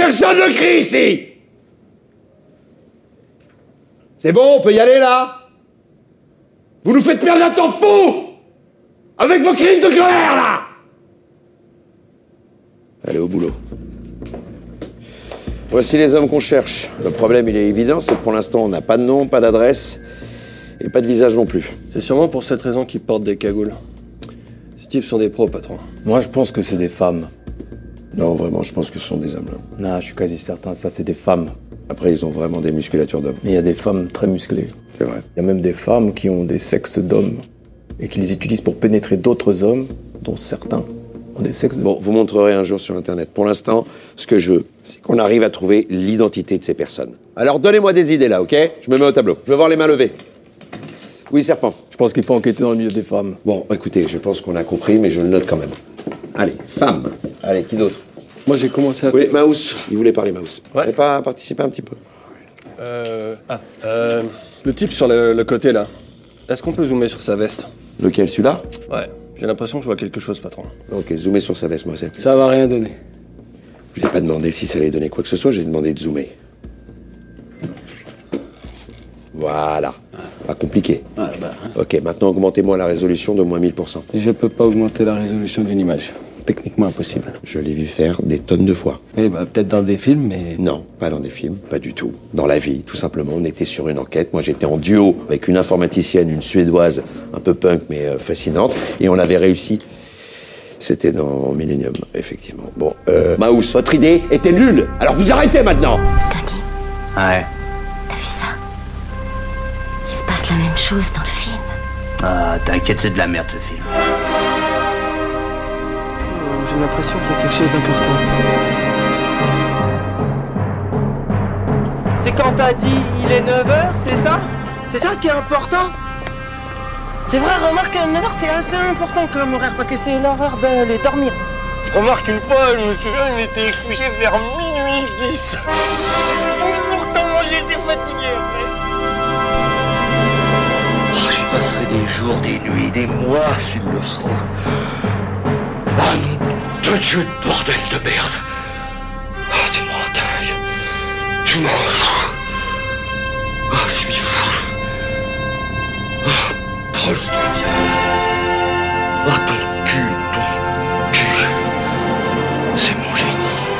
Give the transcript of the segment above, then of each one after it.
personne ne crie ici. C'est bon, on peut y aller là? Vous nous faites perdre un temps fou avec vos crises de colère là. Allez au boulot. Voici les hommes qu'on cherche. Le problème, il est évident, c'est que pour l'instant, on n'a pas de nom, pas d'adresse et pas de visage non plus. C'est sûrement pour cette raison qu'ils portent des cagoules. Ces types sont des pros, patron. Moi, je pense que c'est des femmes. Non, vraiment, je pense que ce sont des hommes là. Non, je suis quasi certain, ça, c'est des femmes. Après, ils ont vraiment des musculatures d'hommes. Et il y a des femmes très musclées. C'est vrai. Il y a même des femmes qui ont des sexes d'hommes et qui les utilisent pour pénétrer d'autres hommes, dont certains ont des sexes d'hommes. Bon, vous montrerez un jour sur Internet. Pour l'instant, ce que je veux, c'est qu'on arrive à trouver l'identité de ces personnes. Alors, donnez-moi des idées là, ok? Je me mets au tableau. Je veux voir les mains levées. Oui, Serpent. Je pense qu'il faut enquêter dans le milieu des femmes. Bon, écoutez, je pense qu'on a compris, mais je le note quand même. Allez, femmes. Allez, qui d'autre? Moi, j'ai commencé à... Oui, Maus. Il voulait parler, Maus. Ouais. Vous n'avez pas participé un petit peu? Le type sur le côté, là. Est-ce qu'on peut zoomer sur sa veste? Lequel, celui-là? Ouais, j'ai l'impression que je vois quelque chose, patron. Ok, zoomez sur sa veste, moi, c'est. Ça va rien donner. Je n'ai pas demandé si ça allait donner quoi que ce soit, j'ai demandé de zoomer. Voilà. Pas compliqué. Ok, maintenant augmentez-moi la résolution de moins 1000%. Je peux pas augmenter la résolution d'une image. Techniquement impossible. Je l'ai vu faire des tonnes de fois. Oui, peut-être dans des films, mais... Non, pas dans des films, pas du tout. Dans la vie, tout simplement, on était sur une enquête. Moi, j'étais en duo avec une informaticienne, une Suédoise, un peu punk, mais fascinante. Et on avait réussi. C'était dans Millennium, effectivement. Bon, Maus, votre idée était nulle. Alors vous arrêtez maintenant. Tony, Ouais. t'as vu ça? Il se passe la même chose dans le film. Ah, t'inquiète, c'est de la merde ce film. J'ai l'impression qu'il y a quelque chose d'important. C'est quand t'as dit il est 9h, c'est ça? C'est ça qui est important? C'est vrai, remarque, 9h c'est assez important comme horaire parce que c'est l'heure d'aller dormir. Remarque, une fois, je me souviens, il était couché vers minuit 10. Pourtant, moi j'étais fatigué après. Oh, j'y passerai des jours, des nuits, des mois s'il le faut. Ah non, de Dieu de bordel de merde. Oh, tu m'en dingue. Tu m'en fous. Oh, je suis fou. Oh, proche de Dieu. Oh, ton cul. C'est mon génie.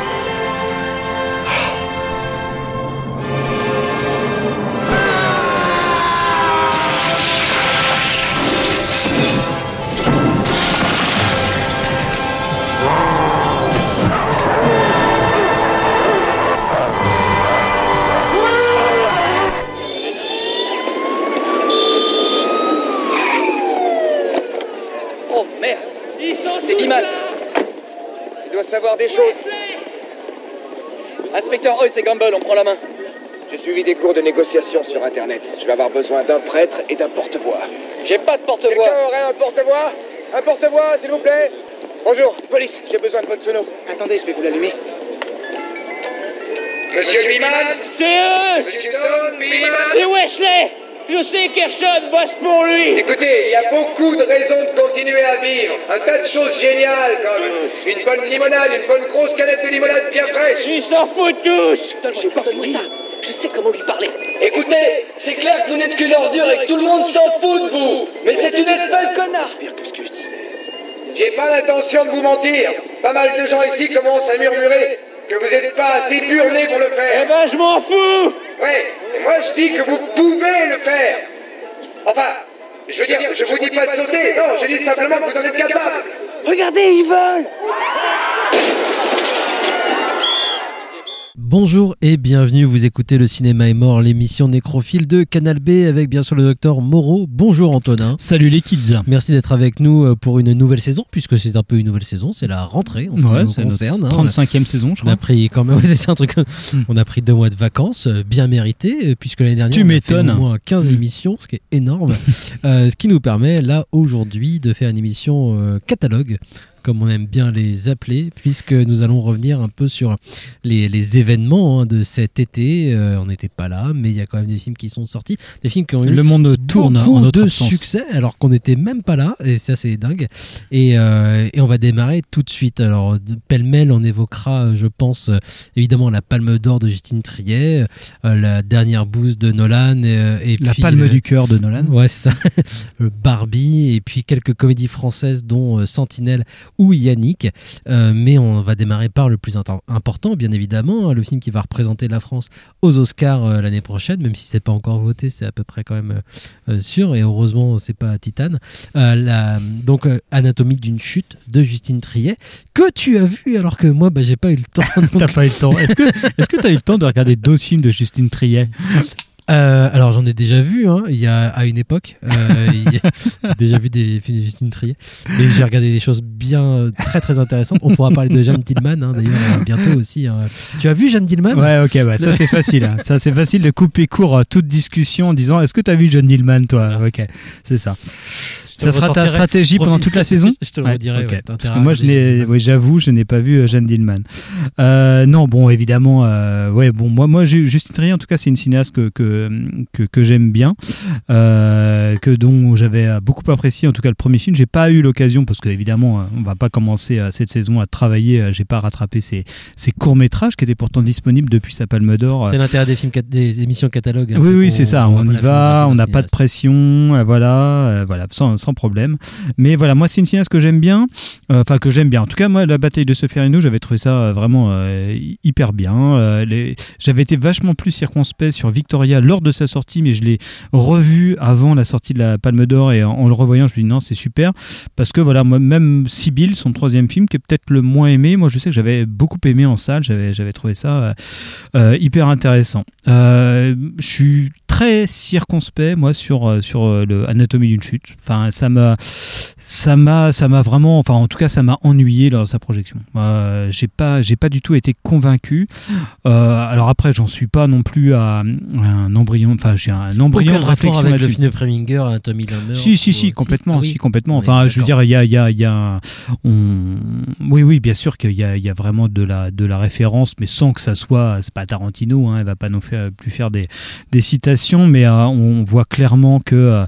Oh merde, c'est Bimal. Il doit savoir des choses. Inspecteur Hoyce et Gamble, on prend la main. J'ai suivi des cours de négociation sur Internet. Je vais avoir besoin d'un prêtre et d'un porte-voix. J'ai pas de porte-voix. Quelqu'un aurait un porte-voix? Un porte-voix, s'il vous plaît? Bonjour, police, j'ai besoin de votre sono. Attendez, je vais vous l'allumer. Monsieur Bimal? C'est eux! Monsieur Don Bimal? C'est Wesley! Je sais qu'Hershon bosse pour lui! Écoutez, il y a beaucoup de raisons de continuer à vivre. Un tas de choses géniales, comme une bonne limonade, une bonne grosse canette de limonade bien fraîche. Ils s'en foutent tous! Donne-moi ça. Je sais comment lui parler. Écoutez, c'est clair que vous n'êtes qu'une ordure et que tout le monde s'en fout de vous! Mais c'est une espèce de connard! Pire que ce que je disais. J'ai pas l'intention de vous mentir. Pas mal de gens ici commencent à murmurer que vous n'êtes pas assez burné pour le faire. Eh ben, je m'en fous! Ouais, et moi je dis que vous pouvez le faire. Enfin, je veux dire, je vous dis pas de sauter, non, je dis simplement que vous en êtes capable. Regardez, ils volent! Bonjour et bienvenue, vous écoutez Le Cinéma est mort, l'émission nécrophile de Canal B avec bien sûr le docteur Moreau. Bonjour Antonin. Salut les kids. Merci d'être avec nous pour une nouvelle saison, puisque c'est un peu une nouvelle saison, c'est la rentrée en ce qui nous concerne. 35e saison, je crois. On a pris quand même, c'est un truc, on a pris 2 mois de vacances, bien mérités, puisque l'année dernière on a fait au moins 15 émissions, ce qui est énorme. Ce qui nous permet là aujourd'hui de faire une émission catalogue. comme on aime bien les appeler, puisque nous allons revenir un peu sur les événements de cet été. On n'était pas là, mais il y a quand même des films qui sont sortis, des films qui ont eu le monde tourne en notre absence. Succès, alors qu'on n'était même pas là, et ça c'est dingue. Et on va démarrer tout de suite. Alors pêle-mêle, on évoquera, je pense, évidemment la Palme d'Or de Justine Triet, la dernière bouse de Nolan, et la puis Palme du cœur de Nolan. Ouais, c'est ça. Barbie, et puis quelques comédies françaises dont Sentinelle ou Yannick. Mais on va démarrer par le plus important, bien évidemment, le film qui va représenter la France aux Oscars l'année prochaine, même si c'est pas encore voté, c'est à peu près quand même sûr, et heureusement c'est pas Titane. Donc Anatomie d'une chute de Justine Triet, que tu as vu alors que moi j'ai pas eu le temps. T'as pas eu le temps. Est-ce que t'as eu le temps de regarder d'autres films de Justine Triet? Alors j'en ai déjà vu, il y a à une époque, j'ai déjà vu des films de Justine Triet, et j'ai regardé des choses bien très très intéressantes. On pourra parler de Jeanne Dillman d'ailleurs bientôt aussi. Tu as vu Jeanne Dillman? Ouais, ok, ça c'est facile. Ça c'est facile de couper court toute discussion en disant est-ce que tu as vu Jeanne Dillman toi? Ok, c'est ça. Ça sera ta stratégie pendant toute la saison? Je te le redirai. Okay. Parce que moi, j'avoue, je n'ai pas vu Jeanne Dillman. Non, bon, évidemment, moi, Justine Triet, en tout cas, c'est une cinéaste que j'aime bien, dont j'avais beaucoup apprécié, en tout cas, le premier film. J'ai pas eu l'occasion, parce qu'évidemment, on va pas commencer cette saison à travailler. J'ai pas rattrapé ces courts-métrages qui étaient pourtant disponibles depuis sa Palme d'Or. C'est l'intérêt des émissions catalogues. Oui, c'est ça. On y va, on n'a pas de pression, voilà, sans problème. Mais voilà, moi c'est une cinéaste que j'aime bien, en tout cas moi La Bataille de Solferino, j'avais trouvé ça vraiment hyper bien. J'avais été vachement plus circonspect sur Victoria lors de sa sortie, mais je l'ai revu avant la sortie de la Palme d'Or, et en le revoyant je me dis non, c'est super, parce que voilà, moi même Sibylle, son troisième film, qui est peut-être le moins aimé, moi je sais que j'avais beaucoup aimé en salle, j'avais trouvé ça hyper intéressant. Je suis très circonspect moi sur le Anatomie d'une chute. Enfin, ça m'a vraiment, enfin en tout cas ça m'a ennuyé lors de sa projection. J'ai pas du tout été convaincu. Alors après, j'en suis pas non plus à un embryon, enfin j'ai un embryon de réflexion avec là-dessus. le film de Preminger, Anatomie d'un meurtre. Si, complètement, complètement. Enfin, je veux dire, il y a oui, bien sûr qu'il y a vraiment de la référence, mais sans que ça soit, c'est pas Tarantino, elle va pas non plus faire des citations, mais on voit clairement que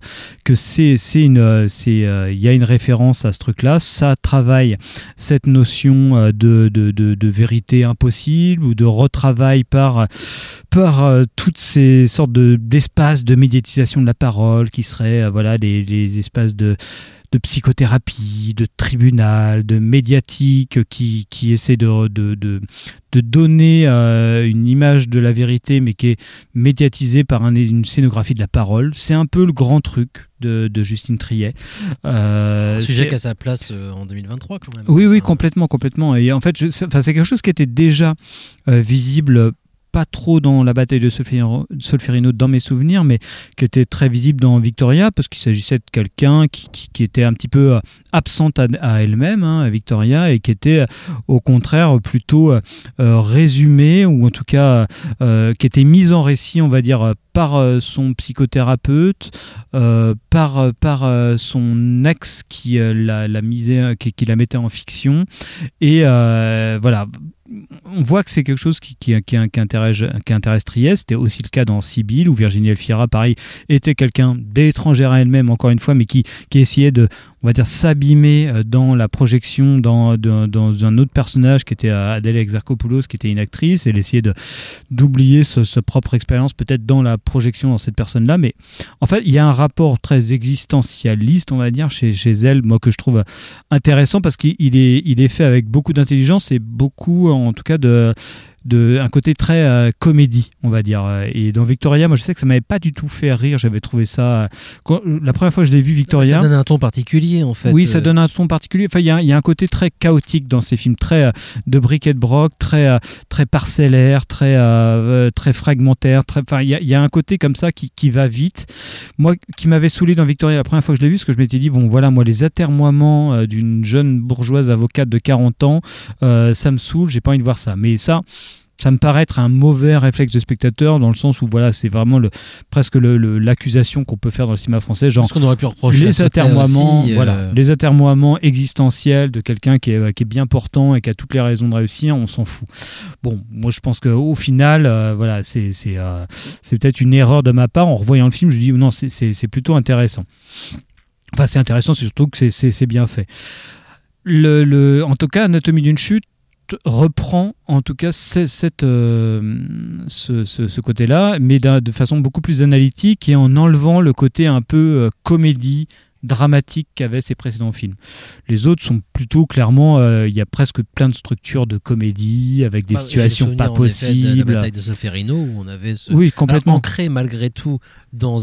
il y a une référence à ce truc-là. Ça travaille cette notion de vérité impossible, ou de retravail par toutes ces sortes d'espaces de médiatisation de la parole qui seraient les espaces de psychothérapie, de tribunal, de médiatique qui essaie de donner une image de la vérité, mais qui est médiatisée par une scénographie de la parole. C'est un peu le grand truc de Justine Triet. Un sujet qui a sa place en 2023 quand même. Oui, complètement. Et en fait, c'est quelque chose qui était déjà visible, pas trop dans La Bataille de Solferino dans mes souvenirs, mais qui était très visible dans Victoria, parce qu'il s'agissait de quelqu'un qui était un petit peu absente à elle-même, Victoria, et qui était au contraire plutôt résumée, ou en tout cas qui était mise en récit, on va dire, par son psychothérapeute, par son ex qui la misait, qui la mettait en fiction, et voilà. On voit que c'est quelque chose qui intéresse Triet. C'était aussi le cas dans Sibylle, où Virginie Efira, pareil, était quelqu'un d'étrangère à elle-même, encore une fois, mais qui essayait de, on va dire, s'abîmer dans la projection dans un autre personnage qui était Adèle Exarchopoulos, qui était une actrice. Elle essayait d'oublier sa propre expérience peut-être dans la projection dans cette personne-là. Mais en fait, il y a un rapport très existentialiste, on va dire, chez elle, moi, que je trouve intéressant, parce qu'il est fait avec beaucoup d'intelligence et beaucoup, en tout cas, un côté très comédie, on va dire. Et dans Victoria, moi je sais que ça m'avait pas du tout fait rire. J'avais trouvé ça, la première fois que je l'ai vu, Victoria, ça donne un ton particulier en fait. Oui, ça donne un ton particulier. Enfin, il y a un côté très chaotique dans ces films, très de bric et de broc, très parcellaire, très fragmentaire. Enfin, il y a un côté comme ça qui va vite. Moi, qui m'avait saoulé dans Victoria la première fois que je l'ai vu, parce que je m'étais dit, bon voilà, moi les atermoiements d'une jeune bourgeoise avocate de 40 ans, ça me saoule, j'ai pas envie de voir ça. Mais ça, ça me paraît être un mauvais réflexe de spectateur, dans le sens où voilà, c'est vraiment presque l'accusation qu'on peut faire dans le cinéma français, genre ce qu'on aurait pu reprocher les atermoiements, les atermoiements existentiels de quelqu'un qui est bien portant et qui a toutes les raisons de réussir, on s'en fout. Bon, moi je pense qu'au final, voilà, c'est peut-être une erreur de ma part. En revoyant le film, je dis non, c'est plutôt intéressant. Enfin, c'est intéressant, c'est surtout que c'est bien fait. En tout cas, Anatomie d'une chute reprend en tout cas ce côté-là, mais de façon beaucoup plus analytique et en enlevant le côté un peu comédie dramatique qu'avaient ses précédents films. Les autres sont plutôt clairement, il y a presque plein de structures de comédie avec des situations pas possibles. De la bataille de Solferino où on avait complètement ancré malgré tout dans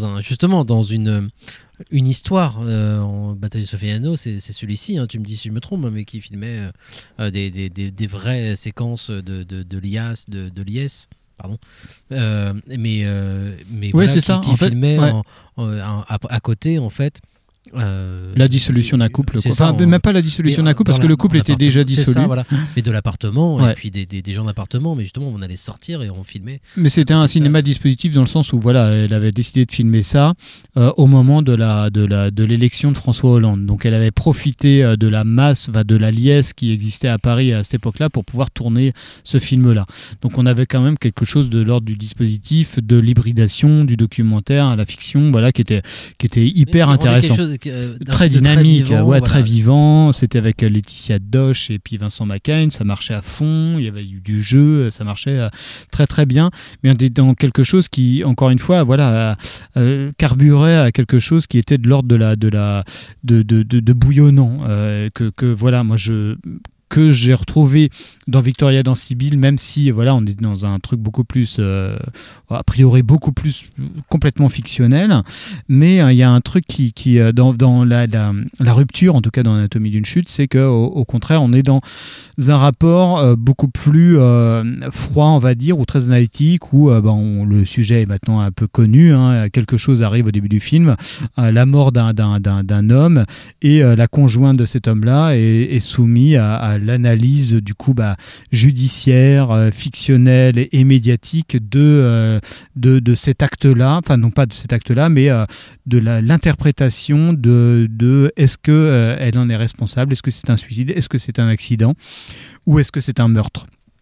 une histoire en bataille de Solferino, c'est celui-ci, hein, tu me dis si je me trompe, mais qui filmait des vraies séquences de l'IAS, de l'IS. Pardon. Mais voilà, c'est ça. Qui filmait à côté en fait. La dissolution d'un couple, quoi. Ça, même pas la dissolution d'un couple parce que le couple était déjà dissolu. C'est ça, voilà. Mais de l'appartement et puis des gens d'appartement, mais justement on allait sortir et on filmait. Mais c'était un cinéma dispositif dans le sens où voilà, elle avait décidé de filmer ça au moment de l'élection de François Hollande. Donc elle avait profité de la masse, de la liesse qui existait à Paris à cette époque-là pour pouvoir tourner ce film-là. Donc on avait quand même quelque chose de l'ordre du dispositif, de l'hybridation, du documentaire à la fiction, voilà, qui était hyper intéressant. Très dynamique, très vivant. C'était avec Laetitia Doche et puis Vincent Macaigne, ça marchait à fond, il y avait eu du jeu, ça marchait très très bien. Mais on était dans quelque chose qui, encore une fois, voilà, carburait à quelque chose qui était de l'ordre de bouillonnant. Que voilà, moi que j'ai retrouvé dans Victoria dans Sibylle, même si voilà, on est dans un truc beaucoup plus a priori beaucoup plus complètement fictionnel, mais il y a un truc qui dans la rupture, en tout cas dans Anatomie d'une chute, c'est que au contraire on est dans un rapport beaucoup plus froid, on va dire, ou très analytique, où le sujet est maintenant un peu connu, hein, quelque chose arrive au début du film, la mort d'un homme, et la conjointe de cet homme-là est soumise à l'analyse du coup judiciaire, fictionnelle et médiatique de cet acte-là, enfin non pas de cet acte-là, mais de l'interprétation de est-ce que elle en est responsable, est-ce que c'est un suicide, est-ce que c'est un accident ou est-ce que c'est un meurtre.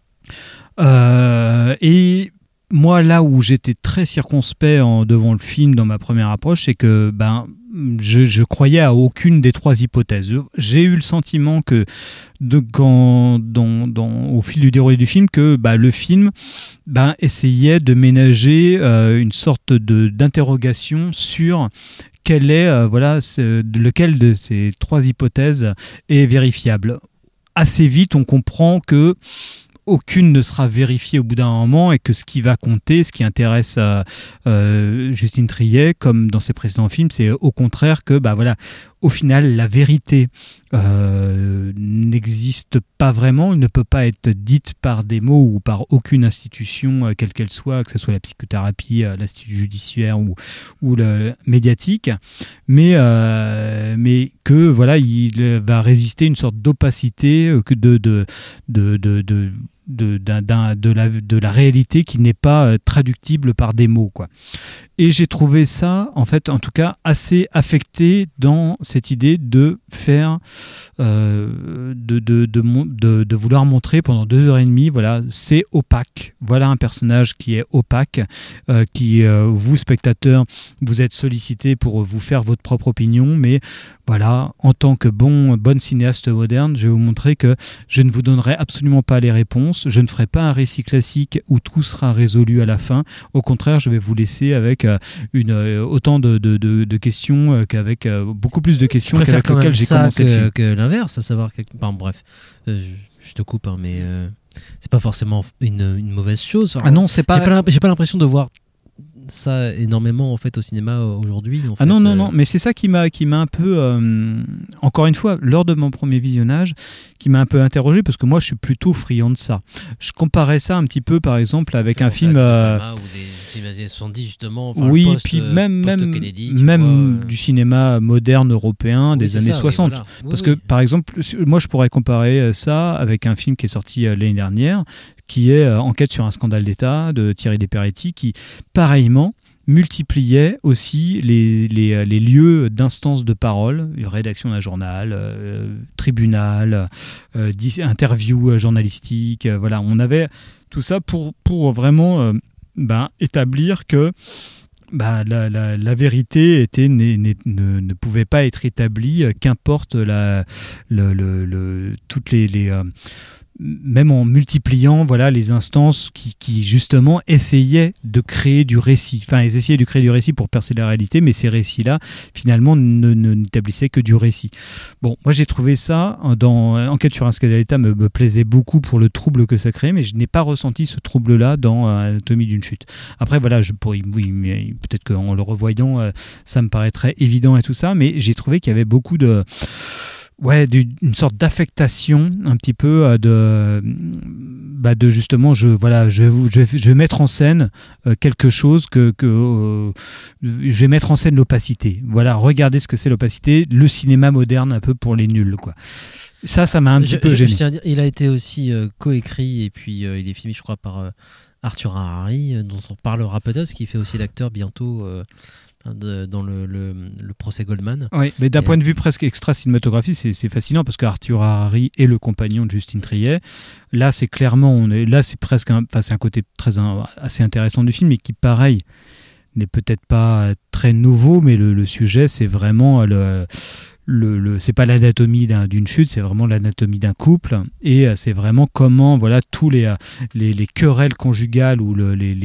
Et moi, là où j'étais très circonspect devant le film dans ma première approche, c'est que je croyais à aucune des trois hypothèses. J'ai eu le sentiment que au fil du déroulé du film, que le film essayait de ménager une sorte d'interrogation sur quelle est lequel de ces trois hypothèses est vérifiable. Assez vite, on comprend que aucune ne sera vérifiée au bout d'un moment et que ce qui va compter, ce qui intéresse Justine Triet, comme dans ses précédents films, c'est au contraire que au final, la vérité n'existe pas vraiment, elle ne peut pas être dite par des mots ou par aucune institution, quelle qu'elle soit, que ce soit la psychothérapie, l'institut judiciaire ou le médiatique, mais que voilà, il va résister une sorte d'opacité de la réalité qui n'est pas traductible par des mots, quoi. Et j'ai trouvé ça, en fait, en tout cas, assez affecté dans cette idée de faire, de vouloir montrer pendant 2h30, voilà, c'est opaque. Voilà un personnage qui est opaque, qui, vous, spectateurs, vous êtes sollicités pour vous faire votre propre opinion, mais voilà, en tant que bonne cinéaste moderne, je vais vous montrer que je ne vous donnerai absolument pas les réponses, je ne ferai pas un récit classique où tout sera résolu à la fin. Au contraire, je vais vous laisser avec autant de questions qu'avec beaucoup plus de questions qu'avec lesquelles j'ai commencé le film. Que l'inverse, à savoir bref, je te coupe, hein, mais c'est pas forcément une mauvaise chose. Ah non, c'est pas. J'ai pas l'impression de voir ça énormément en fait au cinéma aujourd'hui. Non, mais c'est ça qui m'a un peu, encore une fois, lors de mon premier visionnage, qui m'a un peu interrogé, parce que moi je suis plutôt friand de ça. Je comparais ça un petit peu, par exemple, avec un film. Ou des cinéma des années 70 justement. Oui, puis même du cinéma moderne européen des années 60. Voilà. Parce que par exemple, moi je pourrais comparer ça avec un film qui est sorti l'année dernière, qui est Enquête sur un scandale d'État de Thierry Desperetti, qui pareillement multipliait aussi les lieux d'instances de parole, rédaction d'un journal, tribunal, interview journalistique. Voilà, on avait tout ça pour vraiment établir que la vérité ne pouvait pas être établie, qu'importe toutes les même en multipliant les instances qui justement essayaient de créer du récit. Enfin, ils essayaient de créer du récit pour percer la réalité, mais ces récits-là, finalement, n'établissaient que du récit. Bon, moi j'ai trouvé ça, dans Enquête sur un scandale d'État, me plaisait beaucoup pour le trouble que ça créait, mais je n'ai pas ressenti ce trouble-là dans Anatomie d'une chute. Après, voilà, peut-être qu'en le revoyant, ça me paraîtrait évident et tout ça, mais j'ai trouvé qu'il y avait beaucoup une sorte d'affectation un petit peu de justement je vais mettre en scène quelque chose que je vais mettre en scène l'opacité. Voilà, regardez ce que c'est l'opacité, le cinéma moderne un peu pour les nuls, quoi. Ça m'a un petit peu gêné. Je tiens à dire, il a été aussi coécrit et puis il est filmé, je crois, par Arthur Harari, dont on parlera peut-être, qui fait aussi l'acteur bientôt dans le procès Goldman. Oui, mais d'un point de vue presque extra-cinématographie, c'est fascinant parce qu'Arthur Harari est le compagnon de Justine Triet. Là, c'est clairement, c'est presque c'est un côté assez intéressant du film, et qui, pareil, n'est peut-être pas très nouveau, mais le sujet, c'est vraiment c'est pas l'anatomie d'une chute, c'est vraiment l'anatomie d'un couple, et c'est vraiment comment tous les querelles conjugales ou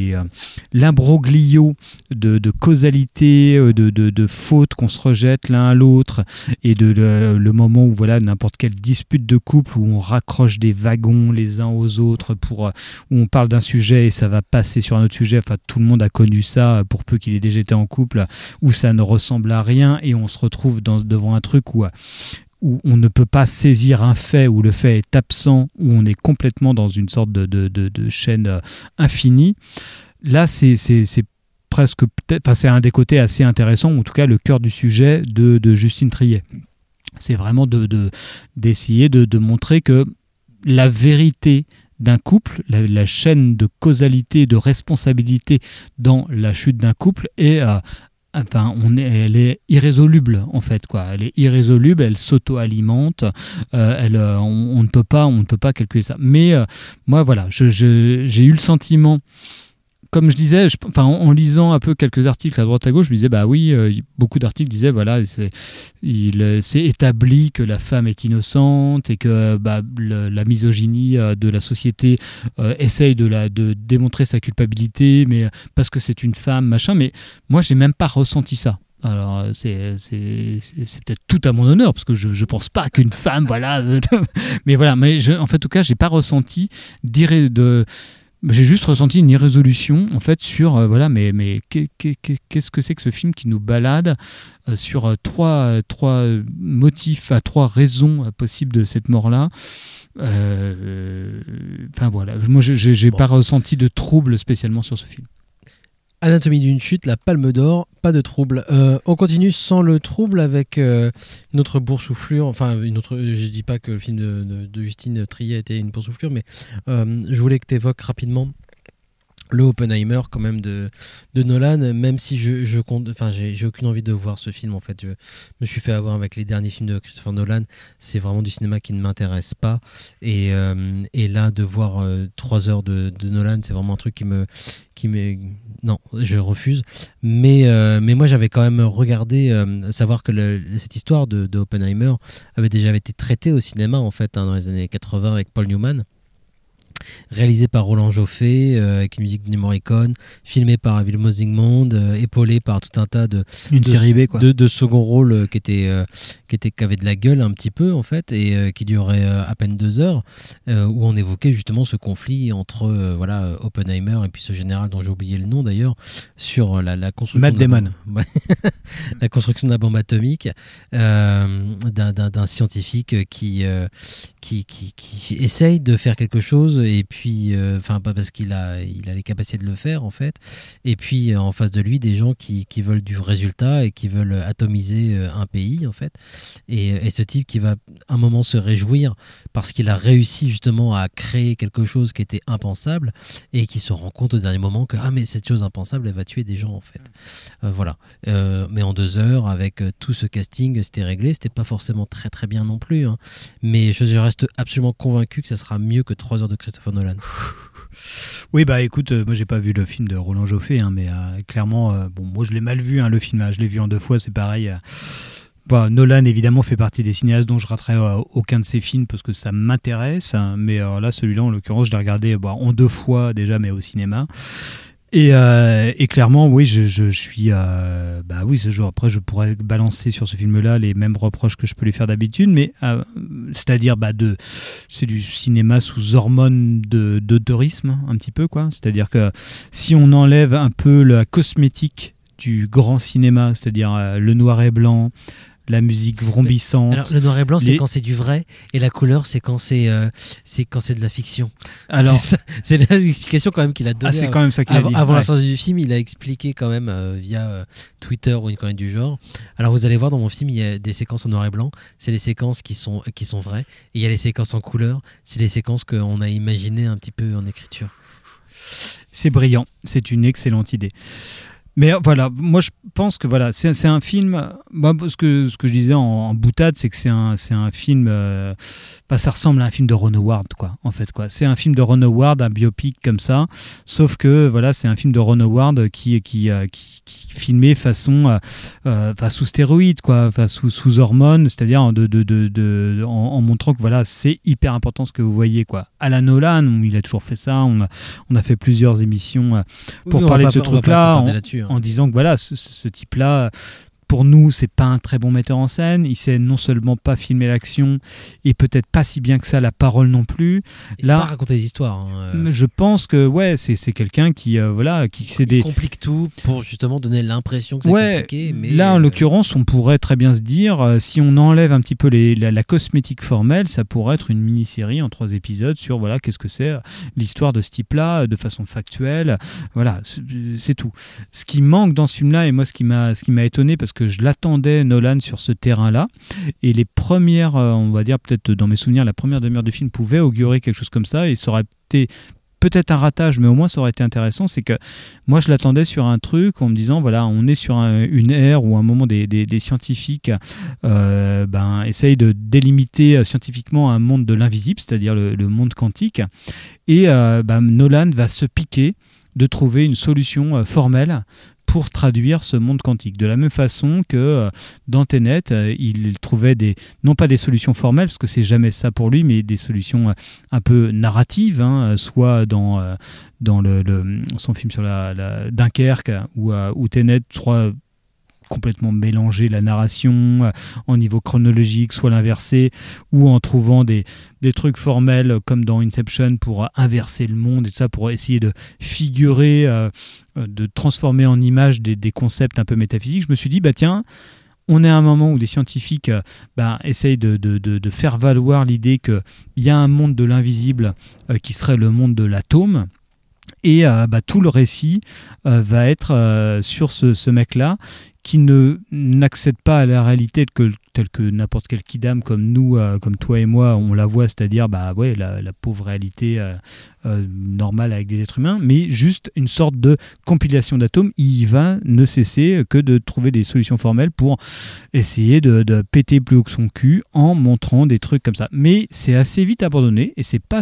l'imbroglio de causalité, de fautes qu'on se rejette l'un à l'autre, et le moment où n'importe quelle dispute de couple où on raccroche des wagons les uns aux autres où on parle d'un sujet et ça va passer sur un autre sujet. Enfin, tout le monde a connu ça, pour peu qu'il ait déjà été en couple, où ça ne ressemble à rien et on se retrouve devant un truc où on ne peut pas saisir un fait, où le fait est absent, où on est complètement dans une sorte de chaîne infinie. Là, c'est presque, c'est un des côtés assez intéressants, en tout cas le cœur du sujet de Justine Triet. C'est vraiment d'essayer de montrer que la vérité d'un couple, la chaîne de causalité, de responsabilité dans la chute d'un couple est elle est irrésoluble, en fait, quoi. Elle est irrésoluble, elle s'auto-alimente, on ne peut pas calculer ça. Mais moi, voilà, j'ai eu le sentiment, comme je disais, en lisant un peu quelques articles à droite à gauche, je me disais, beaucoup d'articles disaient, c'est établi que la femme est innocente et que la misogynie de la société essaye de démontrer sa culpabilité, mais parce que c'est une femme, machin. Mais moi, j'ai même pas ressenti ça. Alors, c'est peut-être tout à mon honneur, parce que je pense pas qu'une femme, mais en fait, en tout cas, j'ai pas ressenti j'ai juste ressenti une irrésolution, en fait, sur mais qu'est-ce que c'est que ce film qui nous balade sur trois motifs, trois raisons possibles de cette mort-là. Moi j'ai pas ressenti de trouble spécialement sur ce film. Anatomie d'une chute, la Palme d'Or, pas de trouble. On continue sans le trouble avec une autre boursouflure. Je dis pas que le film de Justine Triet était une boursouflure, mais je voulais que tu évoques rapidement le Oppenheimer quand même de Nolan, même si j'ai aucune envie de voir ce film, en fait. Je me suis fait avoir avec les derniers films de Christopher Nolan. C'est vraiment du cinéma qui ne m'intéresse pas, et là, de voir 3 heures de Nolan, c'est vraiment un truc qui me non, je refuse. Mais moi, j'avais quand même regardé, savoir que cette histoire de Oppenheimer avait déjà été traitée au cinéma, en fait, dans les années 80 avec Paul Newman, réalisé par Roland Joffé, avec une musique de Morricone, filmé par Vilmos Zsigmond, épaulé par tout un tas série B, quoi. de second rôle qui avaient de la gueule un petit peu, en fait, et qui durait à peine 2 heures, où on évoquait justement ce conflit entre Oppenheimer et puis ce général dont j'ai oublié le nom d'ailleurs, sur la construction Matt Damon. La construction de la bombe atomique, d'un scientifique qui essaye de faire quelque chose et puis, pas parce qu'il a les capacités de le faire en fait, et puis en face de lui des gens qui veulent du résultat et qui veulent atomiser un pays en fait, et ce type qui va un moment se réjouir parce qu'il a réussi justement à créer quelque chose qui était impensable et qui se rend compte au dernier moment que mais cette chose impensable elle va tuer des gens en fait. Voilà. Mais en 2 heures avec tout ce casting c'était réglé, c'était pas forcément très très bien non plus, hein. Mais je reste absolument convaincu que ça sera mieux que 3 heures de Christopher Nolan. Oui, bah écoute, moi j'ai pas vu le film de Roland Joffé, hein, mais clairement, moi je l'ai mal vu, hein, le film, je l'ai vu en 2 fois, c'est pareil. Nolan évidemment fait partie des cinéastes dont je raterai aucun de ses films parce que ça m'intéresse, hein, mais là celui-là en l'occurrence je l'ai regardé en 2 fois déjà, mais au cinéma. Et clairement, oui, je suis. Oui, ce jour après, je pourrais balancer sur ce film-là les mêmes reproches que je peux lui faire d'habitude, mais c'est-à-dire, c'est du cinéma sous hormones d'autorisme, un petit peu, quoi. C'est-à-dire que si on enlève un peu la cosmétique du grand cinéma, c'est-à-dire le noir et blanc, la musique vrombissante. Alors, le noir et blanc, c'est quand c'est du vrai, et la couleur, c'est quand c'est de la fiction. Alors, c'est l'explication quand même qu'il a donnée. C'est quand même ça qu'il a dit. Avant la sortie du film, il a expliqué quand même via Twitter ou une connerie du genre. Alors vous allez voir dans mon film, il y a des séquences en noir et blanc, c'est les séquences qui sont vraies, et il y a les séquences en couleur, c'est les séquences qu'on a imaginées un petit peu en écriture. C'est brillant, c'est une excellente idée. Mais voilà, moi je pense que voilà, c'est un film. Ce que je disais en boutade, c'est que c'est un film. Ça ressemble à un film de Ron Howard, quoi. En fait, quoi. C'est un film de Ron Howard, un biopic comme ça. Sauf que voilà, c'est un film de Ron Howard qui filmé façon sous stéroïdes, quoi, sous hormones, c'est-à-dire en montrant que voilà, c'est hyper important ce que vous voyez, quoi. À la Nolan, il a toujours fait ça. On a fait plusieurs émissions pour parler de ce truc-là, en disant que voilà, ce type-là, pour nous, c'est pas un très bon metteur en scène. Il sait non seulement pas filmer l'action et peut-être pas si bien que ça la parole non plus. Il sait pas raconter des histoires. Je pense que c'est quelqu'un qui il complique tout pour justement donner l'impression que c'est compliqué. Mais là, en l'occurrence, on pourrait très bien se dire, si on enlève un petit peu la cosmétique formelle, ça pourrait être une mini-série en 3 épisodes sur voilà qu'est-ce que c'est l'histoire de ce type-là, de façon factuelle. Voilà, c'est tout. Ce qui manque dans ce film-là, et moi ce qui m'a étonné parce que je l'attendais, Nolan, sur ce terrain-là, et les premières, on va dire peut-être dans mes souvenirs, la première demi-heure du film pouvait augurer quelque chose comme ça, et ça aurait été peut-être un ratage, mais au moins ça aurait été intéressant. C'est que moi je l'attendais sur un truc en me disant voilà, on est sur une ère où à un moment des scientifiques essayent de délimiter scientifiquement un monde de l'invisible, c'est-à-dire le monde quantique, et Nolan va se piquer de trouver une solution formelle pour traduire ce monde quantique. De la même façon que dans Tenet, il trouvait non pas des solutions formelles, parce que c'est jamais ça pour lui, mais des solutions un peu narratives, hein, soit dans son film sur la Dunkerque, où Tenet complètement mélanger la narration en niveau chronologique, soit l'inverser, ou en trouvant des trucs formels comme dans Inception pour inverser le monde et tout ça, pour essayer de figurer, de transformer en images des concepts un peu métaphysiques. Je me suis dit, tiens, on est à un moment où des scientifiques essayent de faire valoir l'idée qu'il y a un monde de l'invisible qui serait le monde de l'atome. Et tout le récit va être sur ce mec-là qui n'accède pas à la réalité telle que n'importe quel kidam comme nous, comme toi et moi, on la voit, c'est-à-dire la pauvre réalité normale avec des êtres humains, mais juste une sorte de compilation d'atomes. Il va ne cesser que de trouver des solutions formelles pour essayer de péter plus haut que son cul en montrant des trucs comme ça. Mais c'est assez vite abandonné, et cette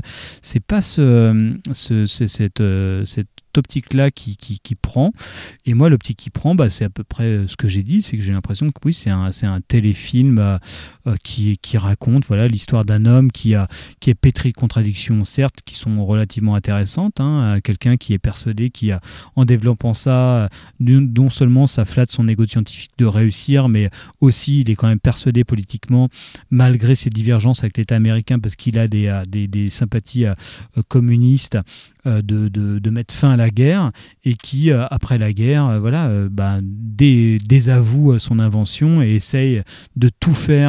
optique-là qui prend. Et moi, l'optique qui prend, c'est à peu près ce que j'ai dit, c'est que j'ai l'impression que oui, c'est un téléfilm qui raconte l'histoire d'un homme qui est pétri de contradictions, certes, qui sont relativement intéressantes, hein, quelqu'un qui est persuadé en développant ça, non seulement ça flatte son égo scientifique de réussir, mais aussi il est quand même persuadé politiquement, malgré ses divergences avec l'État américain, parce qu'il a des sympathies communistes, de mettre fin à la guerre, et qui après la guerre désavoue son invention et essaye de tout faire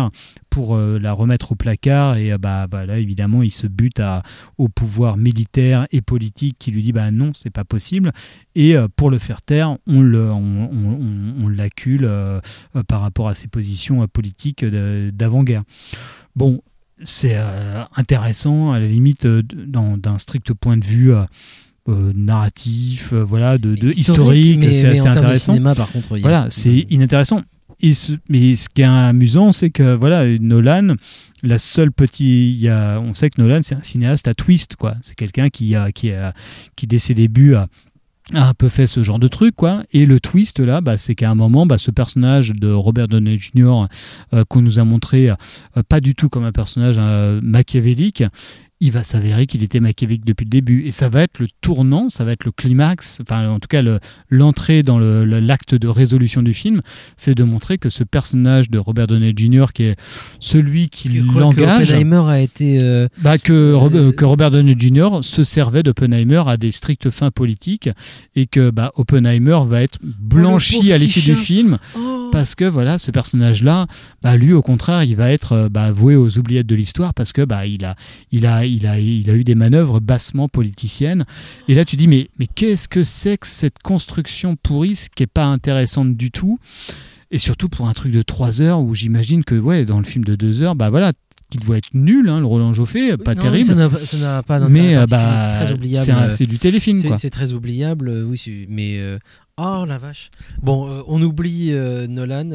pour la remettre au placard et là évidemment il se bute au pouvoir militaire et politique qui lui dit non, c'est pas possible, et pour le faire taire on l'accule par rapport à ses positions politiques d'avant-guerre. Bon, c'est intéressant à la limite d'un strict point de vue narratif, de historique, mais c'est assez en termes de intéressant. cinéma, par contre, c'est inintéressant. Mais ce qui est amusant, c'est que Nolan, on sait que Nolan c'est un cinéaste à twist, quoi. C'est quelqu'un qui dès ses débuts a un peu fait ce genre de truc, quoi. Et le twist là, c'est qu'à un moment, ce personnage de Robert Downey Jr. Qu'on nous a montré pas du tout comme un personnage machiavélique, il va s'avérer qu'il était machiavélique depuis le début. Et ça va être le tournant, ça va être le climax, enfin en tout cas l'entrée dans l'acte de résolution du film, c'est de montrer que ce personnage de Robert Downey Jr. qui est celui qui l'engage... Que Oppenheimer a été... que Robert Downey Jr. se servait d'Oppenheimer à des strictes fins politiques et que Oppenheimer va être blanchi à l'issue du film parce que ce personnage-là, lui au contraire, il va être voué aux oubliettes de l'histoire parce que il a eu des manœuvres bassement politiciennes. Et là, tu dis, mais qu'est-ce que c'est que cette construction pourrie, ce qui n'est pas intéressante du tout. Et surtout pour un truc de 3 heures où j'imagine que, dans le film de 2 heures, qui doit être nul, le Roland Joffé, pas terrible. Ça n'a pas d'intérêt particulier, c'est très oubliable. C'est du téléfilm, quoi. C'est très oubliable, oui, mais... oh la vache. Bon, on oublie Nolan...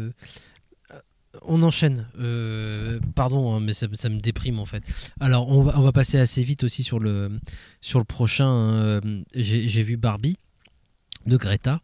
on enchaîne. Pardon, mais ça me déprime en fait. Alors, on va passer assez vite aussi sur le prochain. J'ai vu Barbie de Greta,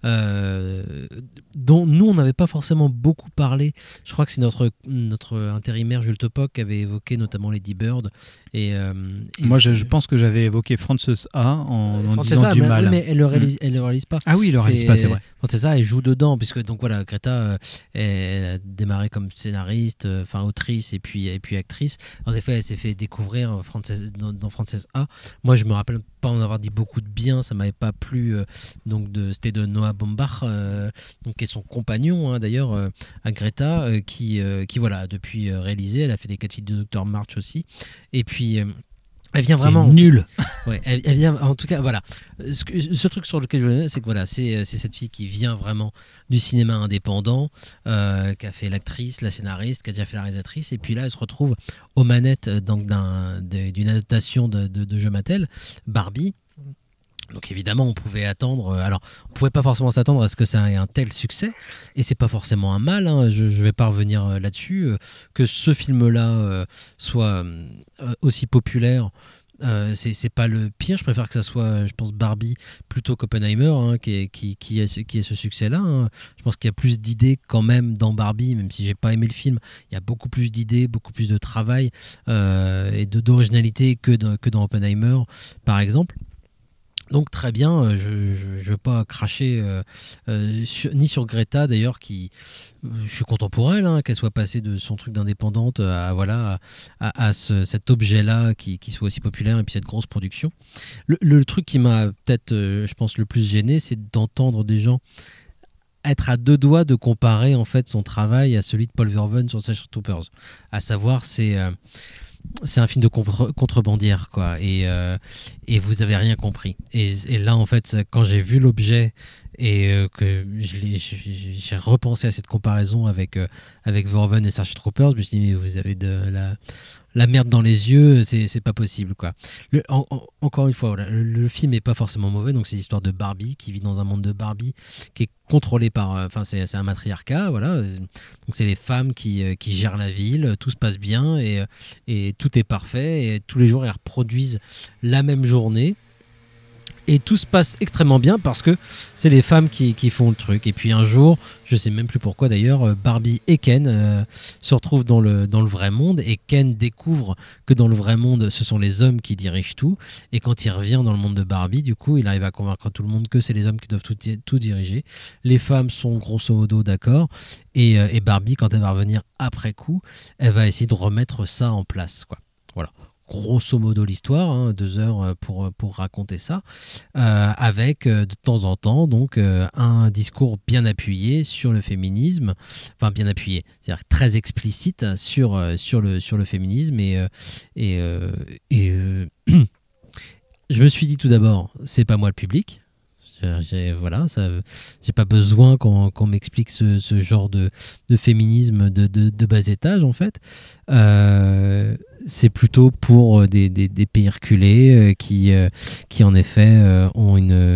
dont nous on n'avait pas forcément beaucoup parlé. Je crois que c'est notre intérimaire Jules Topoc qui avait évoqué notamment Lady Bird. Et moi je pense que j'avais évoqué Frances A en disant du mal. Mais elle le réalise pas. Ah oui, elle le réalise pas, c'est vrai. Frances A, elle joue dedans, puisque donc voilà, Greta elle a démarré comme scénariste, autrice et puis actrice. En effet, elle s'est fait découvrir dans Frances A. Moi je me rappelle pas en avoir dit beaucoup de bien, ça m'avait pas plu. C'était de Noah Baumbach, qui est son compagnon d'ailleurs à Greta, qui a depuis réalisé. Elle a fait des 4 films de Dr. March aussi, et puis elle vient vraiment nul. Ouais, elle vient en tout cas voilà. Ce truc sur lequel je voulais, c'est que c'est cette fille qui vient vraiment du cinéma indépendant, qui a fait l'actrice, la scénariste, qui a déjà fait la réalisatrice, et puis là elle se retrouve aux manettes d'une adaptation de jeu Mattel, Barbie. Donc évidemment, on pouvait attendre. Alors, on pouvait pas forcément s'attendre à ce que ça ait un tel succès, et c'est pas forcément un mal. Je vais pas revenir là-dessus. Que ce film-là soit aussi populaire, c'est pas le pire. Je préfère que ça soit, je pense, Barbie plutôt qu'Oppenheimer, qui a ce succès-là. Je pense qu'il y a plus d'idées quand même dans Barbie, même si j'ai pas aimé le film. Il y a beaucoup plus d'idées, beaucoup plus de travail et d'originalité que dans Oppenheimer, par exemple. Donc très bien, je ne veux pas cracher ni sur Greta d'ailleurs, je suis content pour elle, qu'elle soit passée de son truc d'indépendante à cet objet-là qui soit aussi populaire, et puis cette grosse production. Le truc qui m'a peut-être, je pense, le plus gêné, c'est d'entendre des gens être à 2 doigts de comparer en fait son travail à celui de Paul Verhoeven sur Starship Troopers. À savoir, c'est un film de contrebandière, quoi, et vous avez rien compris. Et là, en fait, quand j'ai vu l'objet et que j'ai repensé à cette comparaison avec Verhoeven et Starship Troopers, je me suis dit, mais vous avez de la merde dans les yeux, c'est pas possible, quoi. Encore une fois, voilà, le film est pas forcément mauvais. Donc c'est l'histoire de Barbie qui vit dans un monde de Barbie qui est contrôlé par, c'est un matriarcat, voilà. Donc c'est les femmes qui gèrent la ville, tout se passe bien et tout est parfait, et tous les jours elles reproduisent la même journée. Et tout se passe extrêmement bien parce que c'est les femmes qui font le truc. Et puis un jour, je sais même plus pourquoi d'ailleurs, Barbie et Ken se retrouvent dans le vrai monde, et Ken découvre que dans le vrai monde, ce sont les hommes qui dirigent tout. Et quand il revient dans le monde de Barbie, du coup, il arrive à convaincre tout le monde que c'est les hommes qui doivent tout diriger. Les femmes sont grosso modo d'accord. Et Barbie, quand elle va revenir après coup, elle va essayer de remettre ça en place, quoi. Voilà. grosso modo l'histoire, 2 heures pour raconter ça, avec de temps en temps donc un discours bien appuyé sur le féminisme, enfin bien appuyé, c'est-à-dire très explicite sur le féminisme et je me suis dit tout d'abord, c'est pas moi le public. J'ai pas besoin qu'on m'explique ce genre de féminisme de bas étage en fait. C'est plutôt pour des pays reculés qui en effet ont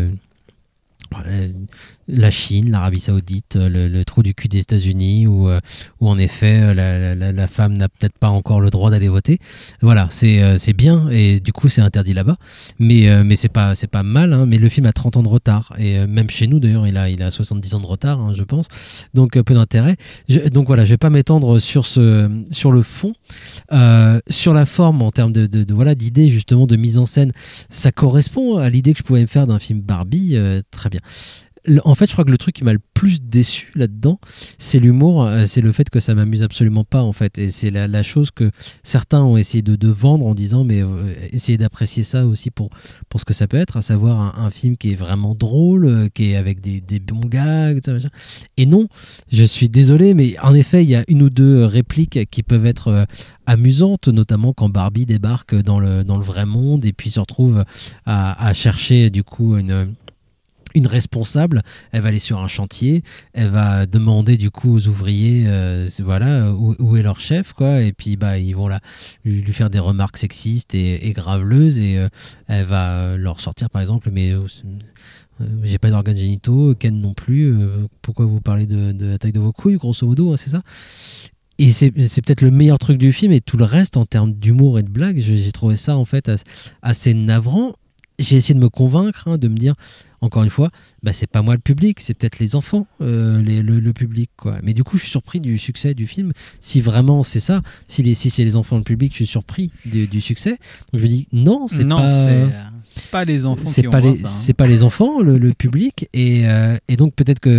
la Chine, l'Arabie Saoudite, le trou du cul des États-Unis, où en effet la femme n'a peut-être pas encore le droit d'aller voter. Voilà, c'est bien et du coup c'est interdit là-bas, mais c'est pas mal. Hein, mais le film a 30 ans de retard et même chez nous d'ailleurs il a 70 ans de retard, hein, je pense. Donc peu d'intérêt. Donc voilà, je vais pas m'étendre sur le fond, sur la forme en termes d'idées justement de mise en scène. Ça correspond à l'idée que je pouvais me faire d'un film Barbie, très bien. En fait, je crois que le truc qui m'a le plus déçu là-dedans, c'est l'humour, c'est le fait que ça m'amuse absolument pas en fait, et c'est la chose que certains ont essayé de vendre en disant mais essayez d'apprécier ça aussi pour ce que ça peut être, à savoir un film qui est vraiment drôle, qui est avec des bons gags, tout ça, machin. Et non, je suis désolé, mais en effet, il y a une ou deux répliques qui peuvent être amusantes, notamment quand Barbie débarque dans le vrai monde et puis se retrouve à chercher du coup une responsable. Elle va aller sur un chantier, elle va demander du coup aux ouvriers où est leur chef quoi, et puis ils vont lui faire des remarques sexistes et graveleuses, et elle va leur sortir par exemple mais j'ai pas d'organes génitaux, Ken non plus, pourquoi vous parlez de la taille de vos couilles grosso modo, hein, c'est ça. Et c'est peut-être le meilleur truc du film, et tout le reste en termes d'humour et de blagues, j'ai trouvé ça en fait assez navrant. J'ai essayé de me convaincre, de me dire, encore une fois, c'est pas moi le public, c'est peut-être les enfants, le public, quoi. Mais du coup, je suis surpris du succès du film. Si vraiment c'est ça, si c'est les enfants le public, je suis surpris du succès. Donc je me dis, c'est pas les enfants qui ont ça. C'est pas les enfants, le public. Et donc peut-être que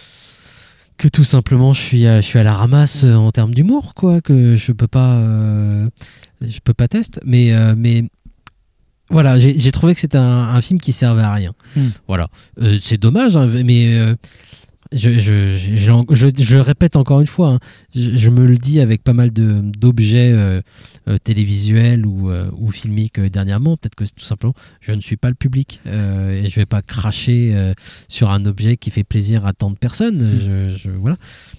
tout simplement, je suis à la ramasse en termes d'humour, quoi, que je peux pas tester. Mais voilà, j'ai trouvé que c'était un film qui servait à rien. Voilà, c'est dommage, hein, mais je répète encore une fois, hein, je me le dis avec pas mal d'objets télévisuels ou filmiques dernièrement. Peut-être que tout simplement, je ne suis pas le public et je vais pas cracher sur un objet qui fait plaisir à tant de personnes. Voilà.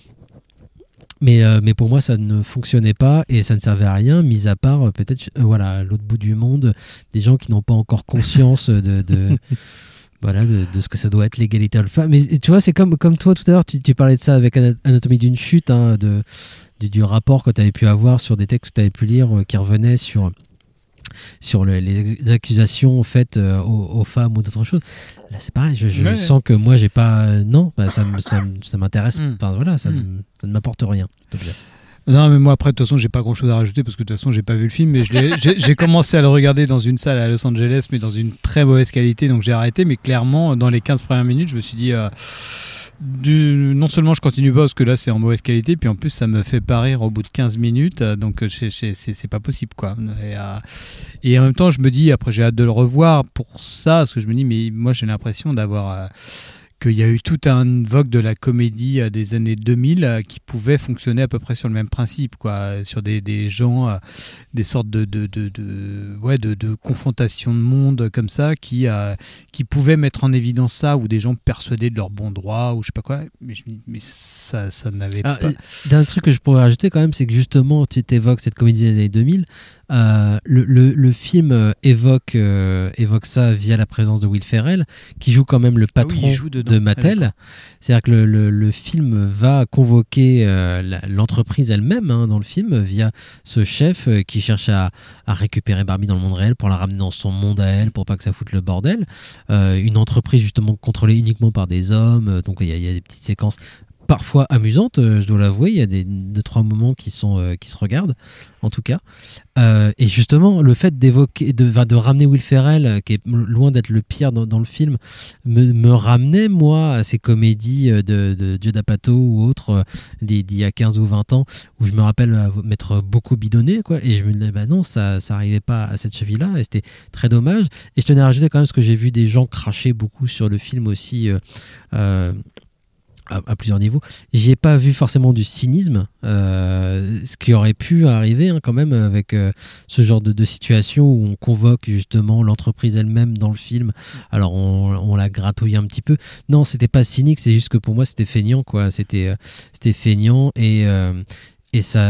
Mais pour moi, ça ne fonctionnait pas et ça ne servait à rien, mis à part peut-être à l'autre bout du monde, des gens qui n'ont pas encore conscience de ce que ça doit être l'égalité homme-femme. Mais tu vois, c'est comme toi tout à l'heure, tu parlais de ça avec Anatomie d'une chute, hein, du rapport que tu avais pu avoir sur des textes que tu avais pu lire qui revenaient sur les accusations faites aux femmes ou d'autres choses. Là c'est pareil, je sens que moi j'ai pas ça m'intéresse, ça ne m'apporte rien cet objet. Non, mais moi après de toute façon j'ai pas grand chose à rajouter parce que de toute façon j'ai pas vu le film, mais j'ai commencé à le regarder dans une salle à Los Angeles mais dans une très mauvaise qualité, donc j'ai arrêté. Mais clairement dans les 15 premières minutes je me suis dit non seulement je continue pas parce que là c'est en mauvaise qualité, puis en plus ça me fait pas rire au bout de 15 minutes, donc c'est pas possible quoi. Et en même temps je me dis, après j'ai hâte de le revoir pour ça, parce que je me dis mais moi j'ai l'impression d'avoir qu'il y a eu toute une vogue de la comédie des années 2000 qui pouvait fonctionner à peu près sur le même principe, quoi, sur des gens, des sortes de confrontation de monde comme ça qui pouvaient mettre en évidence ça, ou des gens persuadés de leur bon droit ou je sais pas quoi, mais ça n'avait pas. D'un truc que je pourrais rajouter quand même, c'est que justement tu t'évoques cette comédie des années 2000. Le film évoque ça via la présence de Will Ferrell, qui joue quand même le patron de Mattel. C'est-à-dire que le film va convoquer l'entreprise elle-même, hein, dans le film, via ce chef qui cherche à récupérer Barbie dans le monde réel pour la ramener dans son monde à elle, pour pas que ça foute le bordel. Une entreprise justement contrôlée uniquement par des hommes, donc il y a des petites séquences parfois amusante, je dois l'avouer. Il y a 2-3 moments qui se regardent, en tout cas. Et justement, le fait de ramener Will Ferrell, qui est loin d'être le pire dans le film, me ramenait, moi, à ces comédies de Joe D'Apato ou autres d'il y a 15 ou 20 ans, où je me rappelle m'être beaucoup bidonné, quoi. Et je me disais, non, ça n'arrivait pas à cette cheville-là, et c'était très dommage. Et je tenais à rajouter quand même, parce que j'ai vu des gens cracher beaucoup sur le film aussi, à plusieurs niveaux. J'y ai pas vu forcément du cynisme, ce qui aurait pu arriver quand même avec ce genre de situation où on convoque justement l'entreprise elle-même dans le film. Alors on la gratouille un petit peu. Non, c'était pas cynique, c'est juste que pour moi c'était feignant, quoi. C'était feignant et ça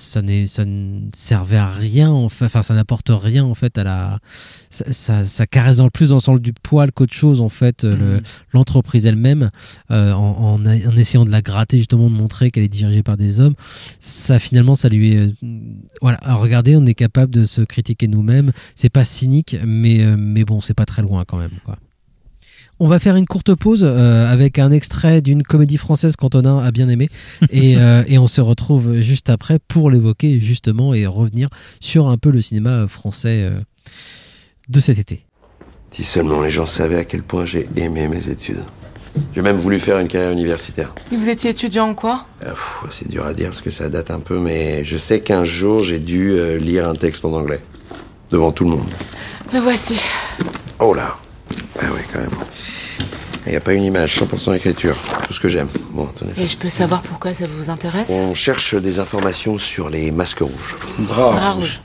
ne servait à rien, enfin ça n'apporte rien en fait à ça caresse dans le plus dans le sens du poil qu'autre chose en fait, l'entreprise elle-même, en essayant de la gratter, justement de montrer qu'elle est dirigée par des hommes. Ça finalement ça lui est voilà, regardez, on est capable de se critiquer nous-mêmes, c'est pas cynique mais bon, c'est pas très loin quand même, quoi. On va faire une courte pause avec un extrait d'une comédie française qu'Antonin a bien aimé et on se retrouve juste après pour l'évoquer justement et revenir sur un peu le cinéma français de cet été. Si seulement les gens savaient à quel point j'ai aimé mes études. J'ai même voulu faire une carrière universitaire. Et vous étiez étudiant en quoi ? C'est dur à dire parce que ça date un peu, mais je sais qu'un jour j'ai dû lire un texte en anglais devant tout le monde. Le voici. Oh là. Ah ouais, quand même. Il n'y a pas une image, 100% écriture. Tout ce que j'aime. Bon, et je peux savoir pourquoi ça vous intéresse ? On cherche des informations sur les masques rouges. Bras rouges.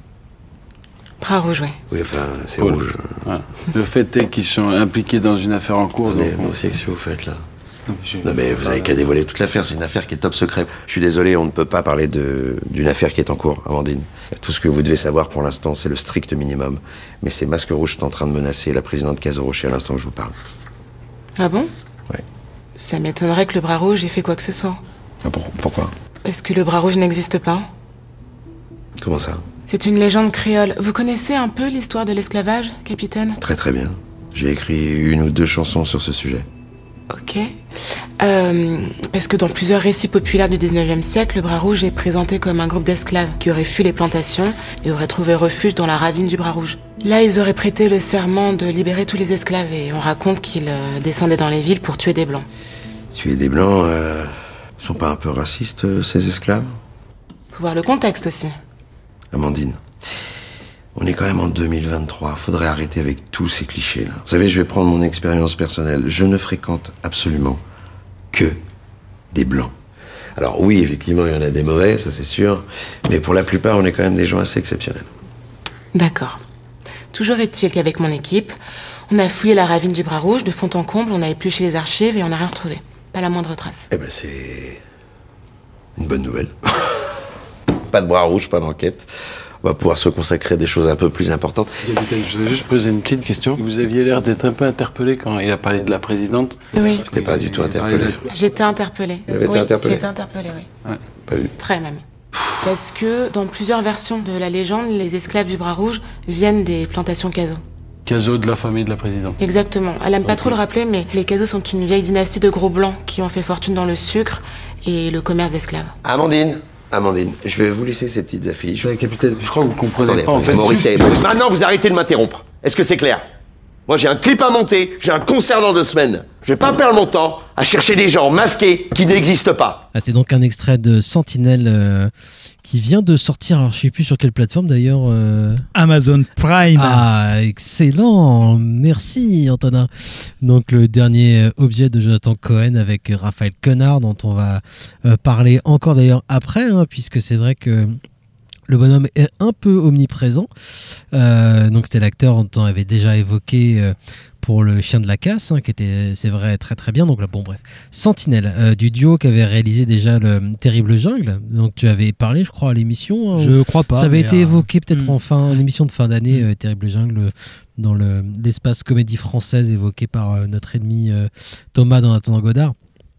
Bras rouges, ouais. Oui, enfin, c'est rouge. Voilà. Le fait est qu'ils sont impliqués dans une affaire en cours. Attendez, moi aussi, qu'est-ce que vous faites là ? Non mais vous avez qu'à dévoiler toute l'affaire, c'est une affaire qui est top secret. Je suis désolé, on ne peut pas parler d'une affaire qui est en cours, Amandine. Tout ce que vous devez savoir pour l'instant, c'est le strict minimum. Mais ces masques rouges sont en train de menacer la présidente Cazoroché à l'instant que je vous parle. Ah bon ? Ouais. Ça m'étonnerait que le bras rouge ait fait quoi que ce soit. Ah, pourquoi ? Parce que le bras rouge n'existe pas. Comment ça ? C'est une légende créole. Vous connaissez un peu l'histoire de l'esclavage, capitaine ? Très très bien. J'ai écrit 1 ou 2 chansons sur ce sujet. Ok. Parce que dans plusieurs récits populaires du 19e siècle, le Bras Rouge est présenté comme un groupe d'esclaves qui auraient fui les plantations et auraient trouvé refuge dans la ravine du Bras Rouge. Là, ils auraient prêté le serment de libérer tous les esclaves et on raconte qu'ils descendaient dans les villes pour tuer des Blancs. Tuer des Blancs, sont pas un peu racistes, ces esclaves ? Faut voir le contexte aussi. Amandine, on est quand même en 2023, faudrait arrêter avec tous ces clichés-là. Vous savez, je vais prendre mon expérience personnelle. Je ne fréquente absolument que des Blancs. Alors oui, effectivement, il y en a des mauvais, ça c'est sûr, mais pour la plupart, on est quand même des gens assez exceptionnels. D'accord. Toujours est-il qu'avec mon équipe, on a fouillé la ravine du Bras Rouge de fond en comble, on a épluché les archives et on n'a rien retrouvé. Pas la moindre trace. Eh ben c'est une bonne nouvelle. Pas de Bras Rouge, pas d'enquête. On va pouvoir se consacrer à des choses un peu plus importantes. Capitaine, je voulais juste poser une petite question. Vous aviez l'air d'être un peu interpellé quand il a parlé de la présidente. Oui. Je n'étais pas du tout interpellé. J'étais interpellée. Vous avez été interpellé ? J'étais interpellée, oui. Ouais. Pas vu. Très même. Parce que dans plusieurs versions de la légende, les esclaves du Bras Rouge viennent des plantations Cazaux. Cazaux de la famille de la présidente. Exactement. Elle aime pas trop le rappeler, mais les Cazaux sont une vieille dynastie de gros blancs qui ont fait fortune dans le sucre et le commerce d'esclaves. Amandine, je vais vous laisser ces petites affiches. Capitaine, je crois que vous comprenez Attendez, pas en fait. Maurice, maintenant vous arrêtez de m'interrompre. Est-ce que c'est clair ? Moi j'ai un clip à monter, j'ai un concert dans 2 semaines. Je vais pas perdre mon temps à chercher des gens masqués qui n'existent pas. Ah, c'est donc un extrait de Sentinelle qui vient de sortir, alors je sais plus sur quelle plateforme d'ailleurs. Amazon Prime. Ah, excellent, merci Antonin. Donc le dernier objet de Jonathan Cohen avec Raphaël Quenard, dont on va parler encore d'ailleurs après, puisque c'est vrai que le bonhomme est un peu omniprésent. Donc c'était l'acteur dont on avait déjà évoqué pour Le Chien de la Casse, qui était, c'est vrai, très très bien. Donc là, bon bref, Sentinelle, du duo qui avait réalisé déjà le Terrible Jungle. Donc tu avais parlé, je crois, à l'émission. Je crois pas. Ça avait été évoqué peut-être en émission de fin d'année, Terrible Jungle, dans l'espace comédie française évoqué par notre ennemi Thomas dans Attendant Godard.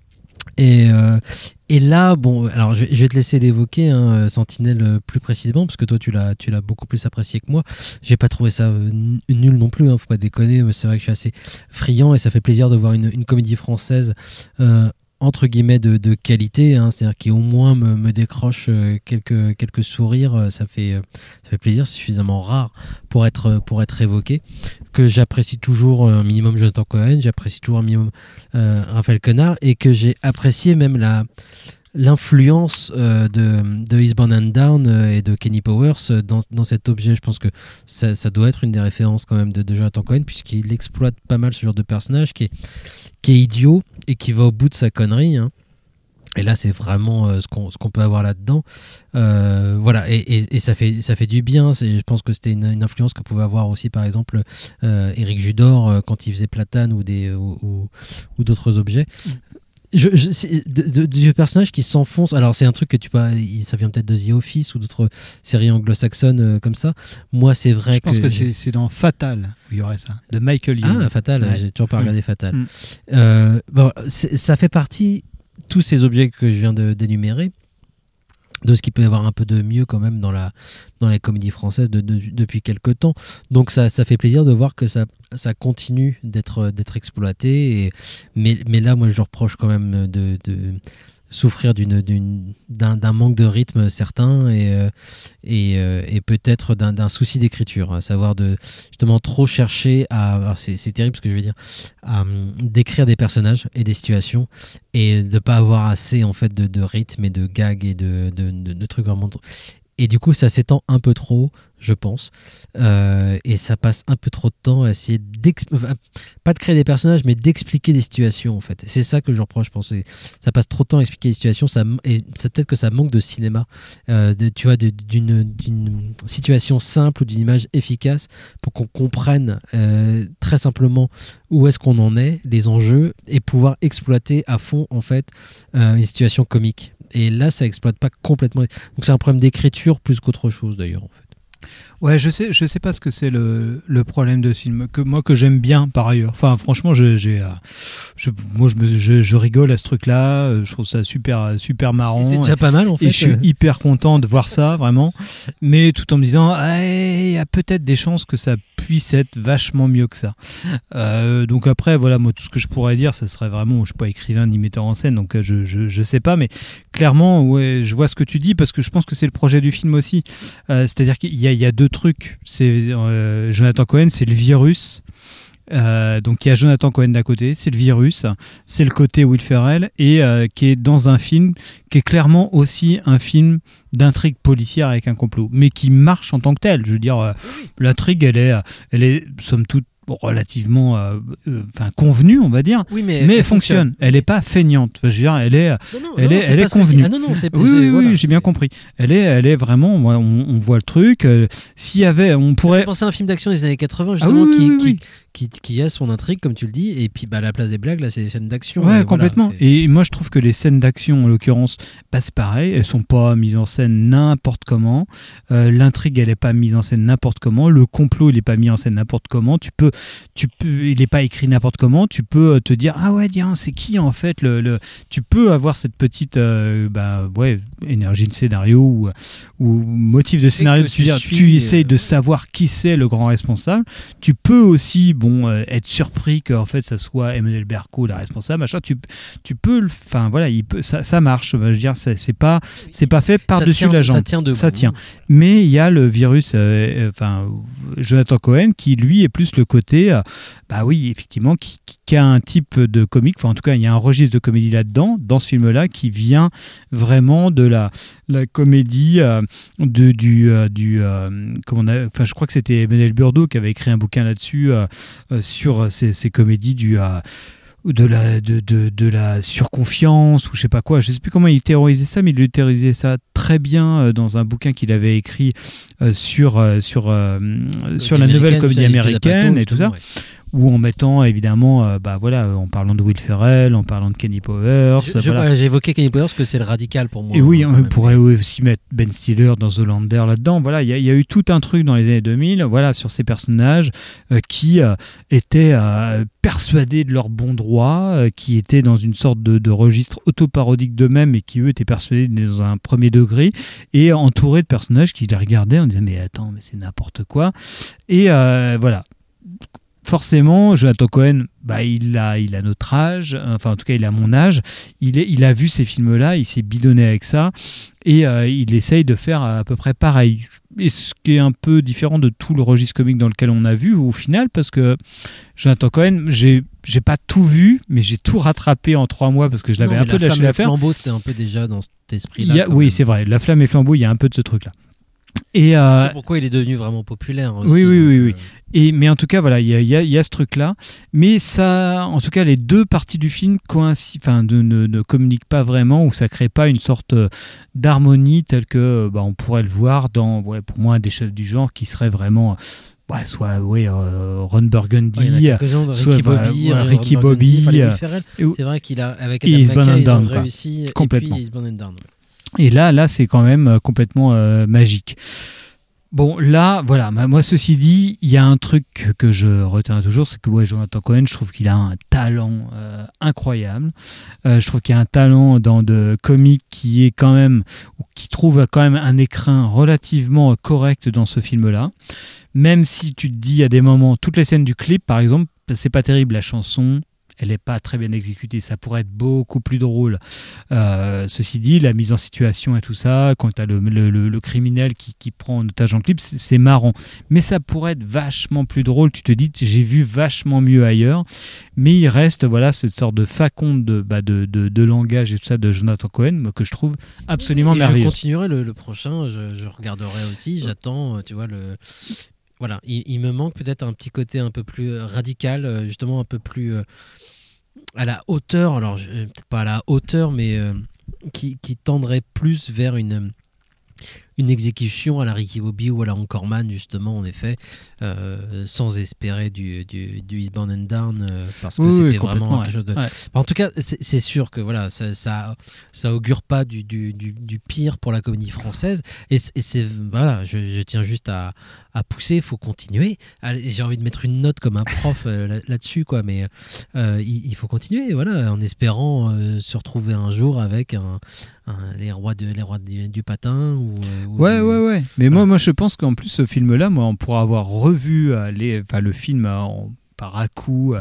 Et là, bon, alors je vais te laisser l'évoquer, Sentinelle, plus précisément, parce que toi tu l'as beaucoup plus apprécié que moi. J'ai pas trouvé ça nul non plus, faut pas déconner. C'est vrai que je suis assez friand et ça fait plaisir de voir une comédie française entre guillemets de qualité, hein, c'est-à-dire qui au moins me décroche quelques sourires, ça fait plaisir, c'est suffisamment rare pour être évoqué, que j'apprécie toujours un minimum Jonathan Cohen, j'apprécie toujours un minimum Raphaël Quenard, et que j'ai apprécié même l'influence de Eastbound and Down et de Kenny Powers dans cet objet. Je pense que ça doit être une des références quand même de Jonathan Cohen, puisqu'il exploite pas mal ce genre de personnage qui est idiot et qui va au bout de sa connerie, hein. Et là, c'est vraiment ce qu'on peut avoir là-dedans. Voilà, et ça fait du bien. Je pense que c'était une influence que pouvait avoir aussi, par exemple, Éric Judor quand il faisait Platane ou d'autres objets. Du personnage qui s'enfonce. Alors c'est un truc que ça vient peut-être de The Office ou d'autres séries anglo-saxonnes comme ça. Moi c'est vrai je pense que c'est dans Fatal où il y aurait ça, de Michael Young. Ah, Fatal, ouais. J'ai toujours pas regardé Fatal. Ça fait partie, tous ces objets que je viens d'énumérer, de ce qui peut y avoir un peu de mieux quand même dans les comédies françaises depuis quelques temps. Donc ça fait plaisir de voir que ça continue d'être exploité. Mais là, moi, je leur reproche quand même de souffrir d'un manque de rythme certain et peut-être d'un souci d'écriture, à savoir de justement trop chercher alors c'est terrible ce que je veux dire, à décrire des personnages et des situations et de pas avoir assez en fait de rythme et de gags et de trucs vraiment. Et du coup, ça s'étend un peu trop, je pense. Et ça passe un peu trop de temps à essayer pas de créer des personnages, mais d'expliquer des situations, en fait. C'est ça que je reproche, je pense. Ça passe trop de temps à expliquer des situations. Et c'est peut-être que ça manque de cinéma. Tu vois, d'une situation simple ou d'une image efficace pour qu'on comprenne très simplement où est-ce qu'on en est, les enjeux, et pouvoir exploiter à fond, en fait, une situation comique. Et là, ça exploite pas complètement. Donc c'est un problème d'écriture plus qu'autre chose d'ailleurs en fait. Ouais, je sais pas ce que c'est le problème de ce film que j'aime bien par ailleurs. Enfin, franchement, je rigole à ce truc-là. Je trouve ça super marrant. Et c'est déjà pas mal en fait. Et je suis hyper content de voir ça vraiment. Mais tout en me disant, il y a peut-être des chances que ça puisse être vachement mieux que ça. Donc après, voilà, moi tout ce que je pourrais dire, ça serait vraiment, je suis pas écrivain ni metteur en scène, donc je sais pas, mais clairement, ouais, je vois ce que tu dis parce que je pense que c'est le projet du film aussi. C'est-à-dire qu'il y a deux trucs. C'est Jonathan Cohen, c'est le virus. Donc il y a Jonathan Cohen d'un côté, c'est le virus, c'est le côté Will Ferrell et qui est dans un film qui est clairement aussi un film d'intrigue policière avec un complot, mais qui marche en tant que tel. Je veux dire, l'intrigue elle est somme toute relativement convenue, on va dire, oui, mais elle fonctionne. Elle n'est pas feignante. Enfin, je veux dire, elle est convenue. Oui, j'ai bien compris. Elle est vraiment. On voit le truc. S'il y avait, on pourrait. Ça fait penser à un film d'action des années 80 justement qui a son intrigue, comme tu le dis, et puis à la place des blagues, là, c'est des scènes d'action. Ouais, complètement. Voilà, et moi, je trouve que les scènes d'action, en l'occurrence, c'est pareil. Elles sont pas mises en scène n'importe comment. L'intrigue, elle est pas mise en scène n'importe comment. Le complot, il est pas mis en scène n'importe comment. Il n'est pas écrit n'importe comment. Tu peux te dire, ah ouais, tiens, c'est qui en fait tu peux avoir cette petite énergie de scénario ou motif de scénario. Tu essayes de savoir qui c'est le grand responsable. Tu peux aussi être surpris qu'en fait ça soit Emmanuel Berco la responsable. Machin. Tu peux, ça marche. Je veux dire, c'est pas fait par-dessus la jambe. Ça tient debout. Ça tient. Mais il y a le virus, Jonathan Cohen, qui lui est plus le côté, effectivement, qui a un type de comique, enfin en tout cas il y a un registre de comédie là-dedans, dans ce film-là, qui vient vraiment de la comédie je crois que c'était Emmanuel Burdeau qui avait écrit un bouquin là-dessus sur ces comédies de la surconfiance ou je sais pas quoi, je sais plus comment il théorisait ça, mais il théorisait ça très bien dans un bouquin qu'il avait écrit sur la nouvelle comédie américaine et tout ça. Ouais. Ou en mettant évidemment, en parlant de Will Ferrell, en parlant de Kenny Powers. J'ai évoqué Kenny Powers parce que c'est le radical pour moi. Et oui, on pourrait aussi mettre Ben Stiller dans Zoolander là-dedans. Voilà, il y a eu tout un truc dans les années 2000, sur ces personnages qui étaient persuadés de leur bon droit, qui étaient dans une sorte de registre autoparodique d'eux-mêmes et qui eux étaient persuadés dans un premier degré et entourés de personnages qui les regardaient en disant mais attends, mais c'est n'importe quoi. Et voilà. forcément, Jonathan Cohen, il a notre âge, enfin en tout cas il a mon âge, il a vu ces films-là, il s'est bidonné avec ça, et il essaye de faire à peu près pareil. Et ce qui est un peu différent de tout le registre comique dans lequel on a vu au final, parce que Jonathan Cohen, j'ai pas tout vu, mais j'ai tout rattrapé en 3 mois parce que je l'avais un peu lâché l'affaire. La Flambeau, c'était un peu déjà dans cet esprit-là. Oui, c'est vrai, La Flamme et Flambeau, il y a un peu de ce truc-là. Et c'est pourquoi il est devenu vraiment populaire aussi. Oui. Mais en tout cas, voilà, il y a ce truc-là. Mais ça, en tout cas, les deux parties du film ne communiquent pas vraiment, ou ça crée pas une sorte d'harmonie telle que on pourrait le voir dans, pour moi, des chefs du genre qui seraient vraiment... soit Ron Burgundy, soit Ricky Bobby, c'est vrai qu'il a avec Adam McKay, ils ont réussi complètement. Et puis Eastbound and Down. Et là c'est quand même complètement magique. Bon, là, voilà, moi, ceci dit, il y a un truc que je retiens toujours, c'est que Jonathan Cohen, je trouve qu'il a un talent incroyable. Je trouve qu'il y a un talent dans de comique qui est quand même, qui trouve quand même un écrin relativement correct dans ce film-là. Même si tu te dis à des moments, toutes les scènes du clip, par exemple, c'est pas terrible, la chanson, elle n'est pas très bien exécutée, ça pourrait être beaucoup plus drôle. Ceci dit, la mise en situation et tout ça, quand tu as le criminel qui prend en otage en clip, c'est marrant. Mais ça pourrait être vachement plus drôle. Tu te dis, j'ai vu vachement mieux ailleurs. Mais il reste cette sorte de faconde de langage et tout ça de Jonathan Cohen que je trouve absolument merveilleux. Je continuerai le prochain, je regarderai aussi. J'attends, tu vois, Voilà, il me manque peut-être un petit côté un peu plus radical, justement un peu plus à la hauteur, alors peut-être pas à la hauteur, mais qui tendrait plus vers une exécution à la Ricky Bobby ou à la Anchorman, justement, en effet, sans espérer du Eastbound and Down, parce que c'était vraiment quelque chose de... En tout cas, c'est sûr que voilà, ça augure pas du pire pour la comédie française, et c'est, voilà, je tiens juste à pousser, il faut continuer. Allez, j'ai envie de mettre une note comme un prof là-dessus, quoi, mais il faut continuer, voilà, en espérant se retrouver un jour avec les rois du patin Ouais. Mais moi je pense qu'en plus ce film-là, on pourra avoir revu le film par à-coup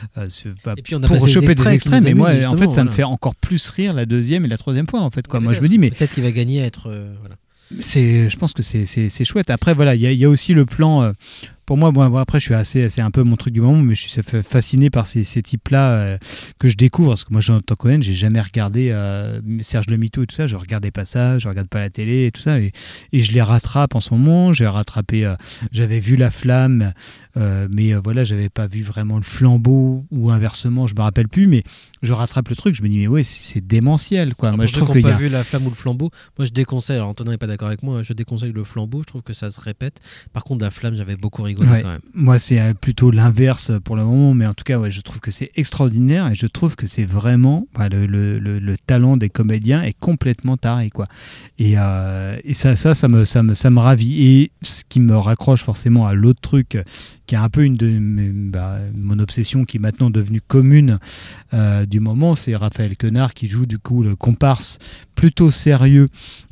pour choper des extraits, mais moi en fait ça me fait encore plus rire la deuxième et la troisième fois en fait, quoi. Moi je me dis mais peut-être qu'il va gagner à être je pense que c'est chouette. Après voilà, il y a aussi le plan. Pour moi, après, c'est un peu mon truc du moment, mais je suis fasciné par ces types-là que je découvre. Parce que moi, Jonathan Cohen, j'ai jamais regardé Serge Le Mito et tout ça. Je regardais pas ça, je regarde pas la télé et tout ça. Et je les rattrape en ce moment. J'ai rattrapé, j'avais vu La Flamme, mais voilà, j'avais pas vu vraiment Le Flambeau ou inversement, je me rappelle plus. Mais je rattrape le truc. Je me dis, mais ouais, c'est démentiel, quoi. Moi, je trouve qu'il y a vu La Flamme ou Le Flambeau. Moi, je déconseille. Alors, Antonin n'est pas d'accord avec moi. Je déconseille Le Flambeau. Je trouve que ça se répète. Par contre, La Flamme, j'avais beaucoup rigolé. Ouais. Quand même. Moi c'est plutôt l'inverse pour le moment, mais en tout cas je trouve que c'est extraordinaire et je trouve que c'est vraiment le talent des comédiens est complètement taré, quoi. Et ça me ravit. Et ce qui me raccroche forcément à l'autre truc qui est un peu une de mon obsession qui est maintenant devenue commune du moment, c'est Raphaël Quenard qui joue du coup le comparse plutôt sérieux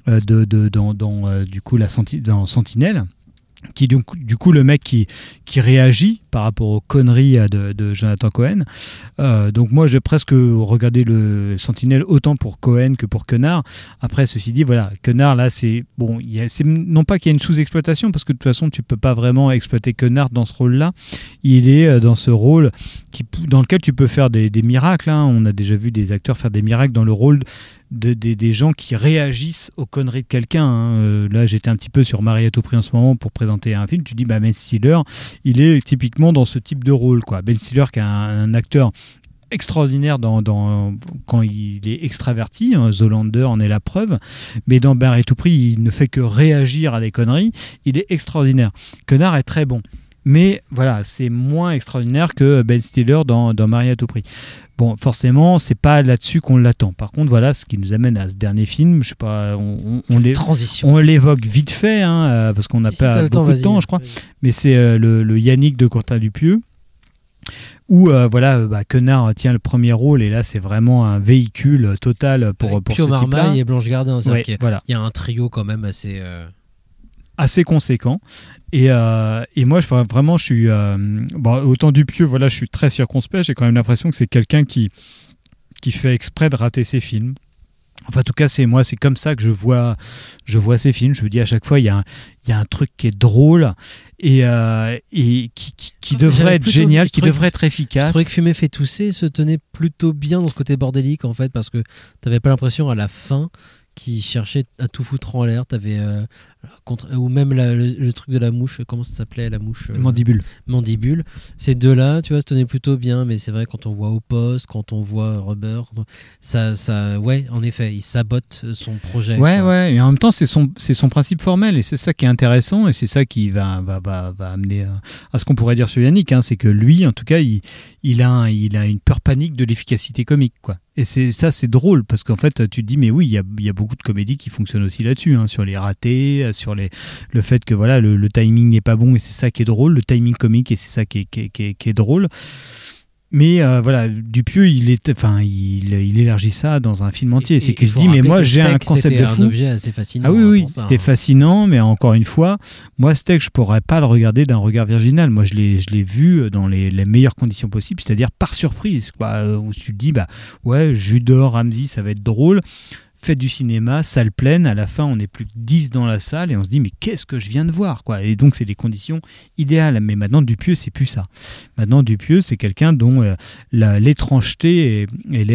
dans Sentinelle, qui du coup le mec qui réagit par rapport aux conneries de Jonathan Cohen. Donc moi j'ai presque regardé le Sentinelle autant pour Cohen que pour Quenard. Après ceci dit, voilà, Quenard là c'est bon, c'est non pas qu'il y a une sous-exploitation, parce que de toute façon tu peux pas vraiment exploiter Quenard dans ce rôle-là. Il est dans ce rôle dans lequel tu peux faire des miracles, hein. On a déjà vu des acteurs faire des miracles dans le rôle des gens qui réagissent aux conneries de quelqu'un, hein. Là j'étais un petit peu sur Marie à tout prix en ce moment pour présenter un film. Tu dis Ben Stiller, il est typiquement dans ce type de rôle, quoi. Ben Stiller qui est un acteur extraordinaire quand il est extraverti, hein. Zoolander en est la preuve, mais dans Marie à tout prix il ne fait que réagir à des conneries. Il est extraordinaire. Quenard est très bon, mais voilà, c'est moins extraordinaire que Ben Stiller dans Marie à tout prix. Bon, forcément, c'est pas là-dessus qu'on l'attend. Par contre, voilà, ce qui nous amène à ce dernier film, je sais pas, on l'évoque vite fait, hein, parce qu'on n'a pas beaucoup de temps, je crois, mais c'est le Yannick de Quentin Dupieux, où Quenard tient le premier rôle, et là c'est vraiment un véhicule total pour ce type-là. Pio Marmaille et Blanche Gardin, ouais, il y a un trio quand même assez... assez conséquent. Et moi, vraiment, je suis autant Dupieux, voilà, je suis très circonspect. J'ai quand même l'impression que c'est quelqu'un qui fait exprès de rater ses films. Enfin, en tout cas, c'est comme ça que je vois ces films. Je me dis à chaque fois, il y a un truc qui est drôle et qui devrait être génial, qui devrait être efficace. Je trouvais que Fumer fait tousser se tenait plutôt bien dans ce côté bordélique, en fait, parce que t'avais pas l'impression à la fin qui cherchait à tout foutre en l'air. T'avais ou même le truc de la mouche, comment ça s'appelait, la mouche Mandibule. Ces deux-là, tu vois, se tenaient plutôt bien, mais c'est vrai, quand on voit Au Poste, quand on voit Rubber, ouais, en effet, il sabote son projet. Ouais, et en même temps, c'est son principe formel, et c'est ça qui est intéressant, et c'est ça qui va amener à ce qu'on pourrait dire sur Yannick, hein, c'est que lui, en tout cas, il a une peur panique de l'efficacité comique, quoi. Et c'est drôle, parce qu'en fait, tu te dis, mais oui, il y a beaucoup de comédies qui fonctionnent aussi là-dessus, hein, sur les ratés, sur le fait que voilà, le timing n'est pas bon, et c'est ça qui est drôle, le timing comique, et c'est ça qui est drôle. Mais voilà, Dupieux, il élargit ça dans un film entier. C'est qu'il se dit, mais moi j'ai un concept de fou. C'était un objet assez fascinant. Ah oui, c'était fascinant, mais encore une fois, moi Steak, je pourrais pas le regarder d'un regard virginal. Moi, je l'ai vu dans les meilleures conditions possibles, c'est-à-dire par surprise, quoi, où tu te dis, bah ouais, Judor, Ramsey, ça va être drôle. Faites du cinéma, salle pleine, à la fin on n'est plus que 10 dans la salle et on se dit mais qu'est-ce que je viens de voir, quoi. Et donc c'est des conditions idéales. Mais maintenant Dupieux, c'est plus ça. Maintenant Dupieux, c'est quelqu'un dont l'étrangeté elle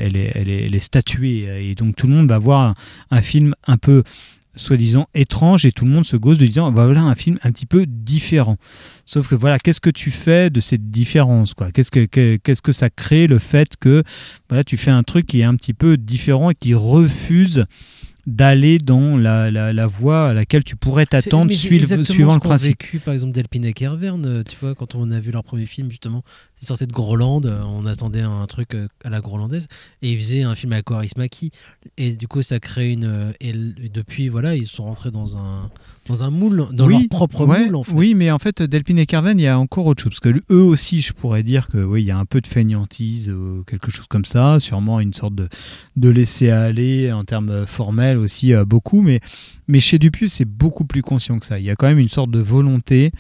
est statuée, et donc tout le monde va voir un film un peu soi-disant étrange et tout le monde se gausse de disant voilà un film un petit peu différent. Sauf que voilà, qu'est-ce que tu fais de cette différence, quoi? Qu'est-ce que ça crée, le fait que voilà, tu fais un truc qui est un petit peu différent et qui refuse d'aller dans la voie à laquelle tu pourrais t'attendre suivant le principe. Vécu, par exemple, Delphine et Kervern, tu vois, quand on a vu leur premier film, justement, ils sortaient de Groland, on attendait un truc à la grolandaise, et ils faisaient un film à Coris Maki, et du coup ça crée et depuis, voilà, ils sont rentrés dans un moule, leur propre moule, en fait. Oui, mais en fait, Delphine et Kervern, il y a encore autre chose, parce que eux aussi, je pourrais dire que oui, il y a un peu de fainéantise, quelque chose comme ça, sûrement une sorte de laisser aller en termes formels aussi, beaucoup, mais chez Dupieux, c'est beaucoup plus conscient que ça. Il y a quand même une sorte de volonté,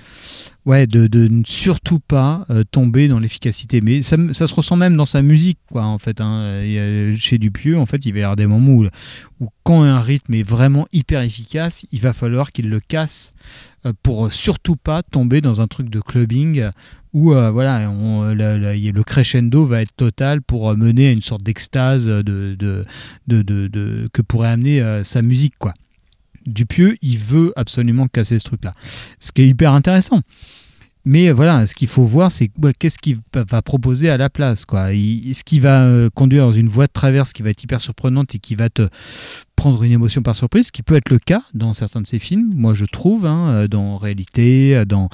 de ne surtout pas tomber dans l'efficacité. Mais ça se ressent même dans sa musique, quoi, en fait. Hein. Chez Dupieux, en fait, il va y avoir des moments où quand un rythme est vraiment hyper efficace, il va falloir qu'il le casse pour surtout pas tomber dans un truc de clubbing où le crescendo va être total pour mener à une sorte d'extase que pourrait amener sa musique, quoi. Dupieux, il veut absolument casser ce truc-là. Ce qui est hyper intéressant. Mais voilà, ce qu'il faut voir, c'est qu'est-ce qu'il va proposer à la place, quoi. Ce qui va conduire dans une voie de traverse qui va être hyper surprenante et qui va te prendre une émotion par surprise, ce qui peut être le cas dans certains de ses films, moi je trouve, hein, dans Réalité, dans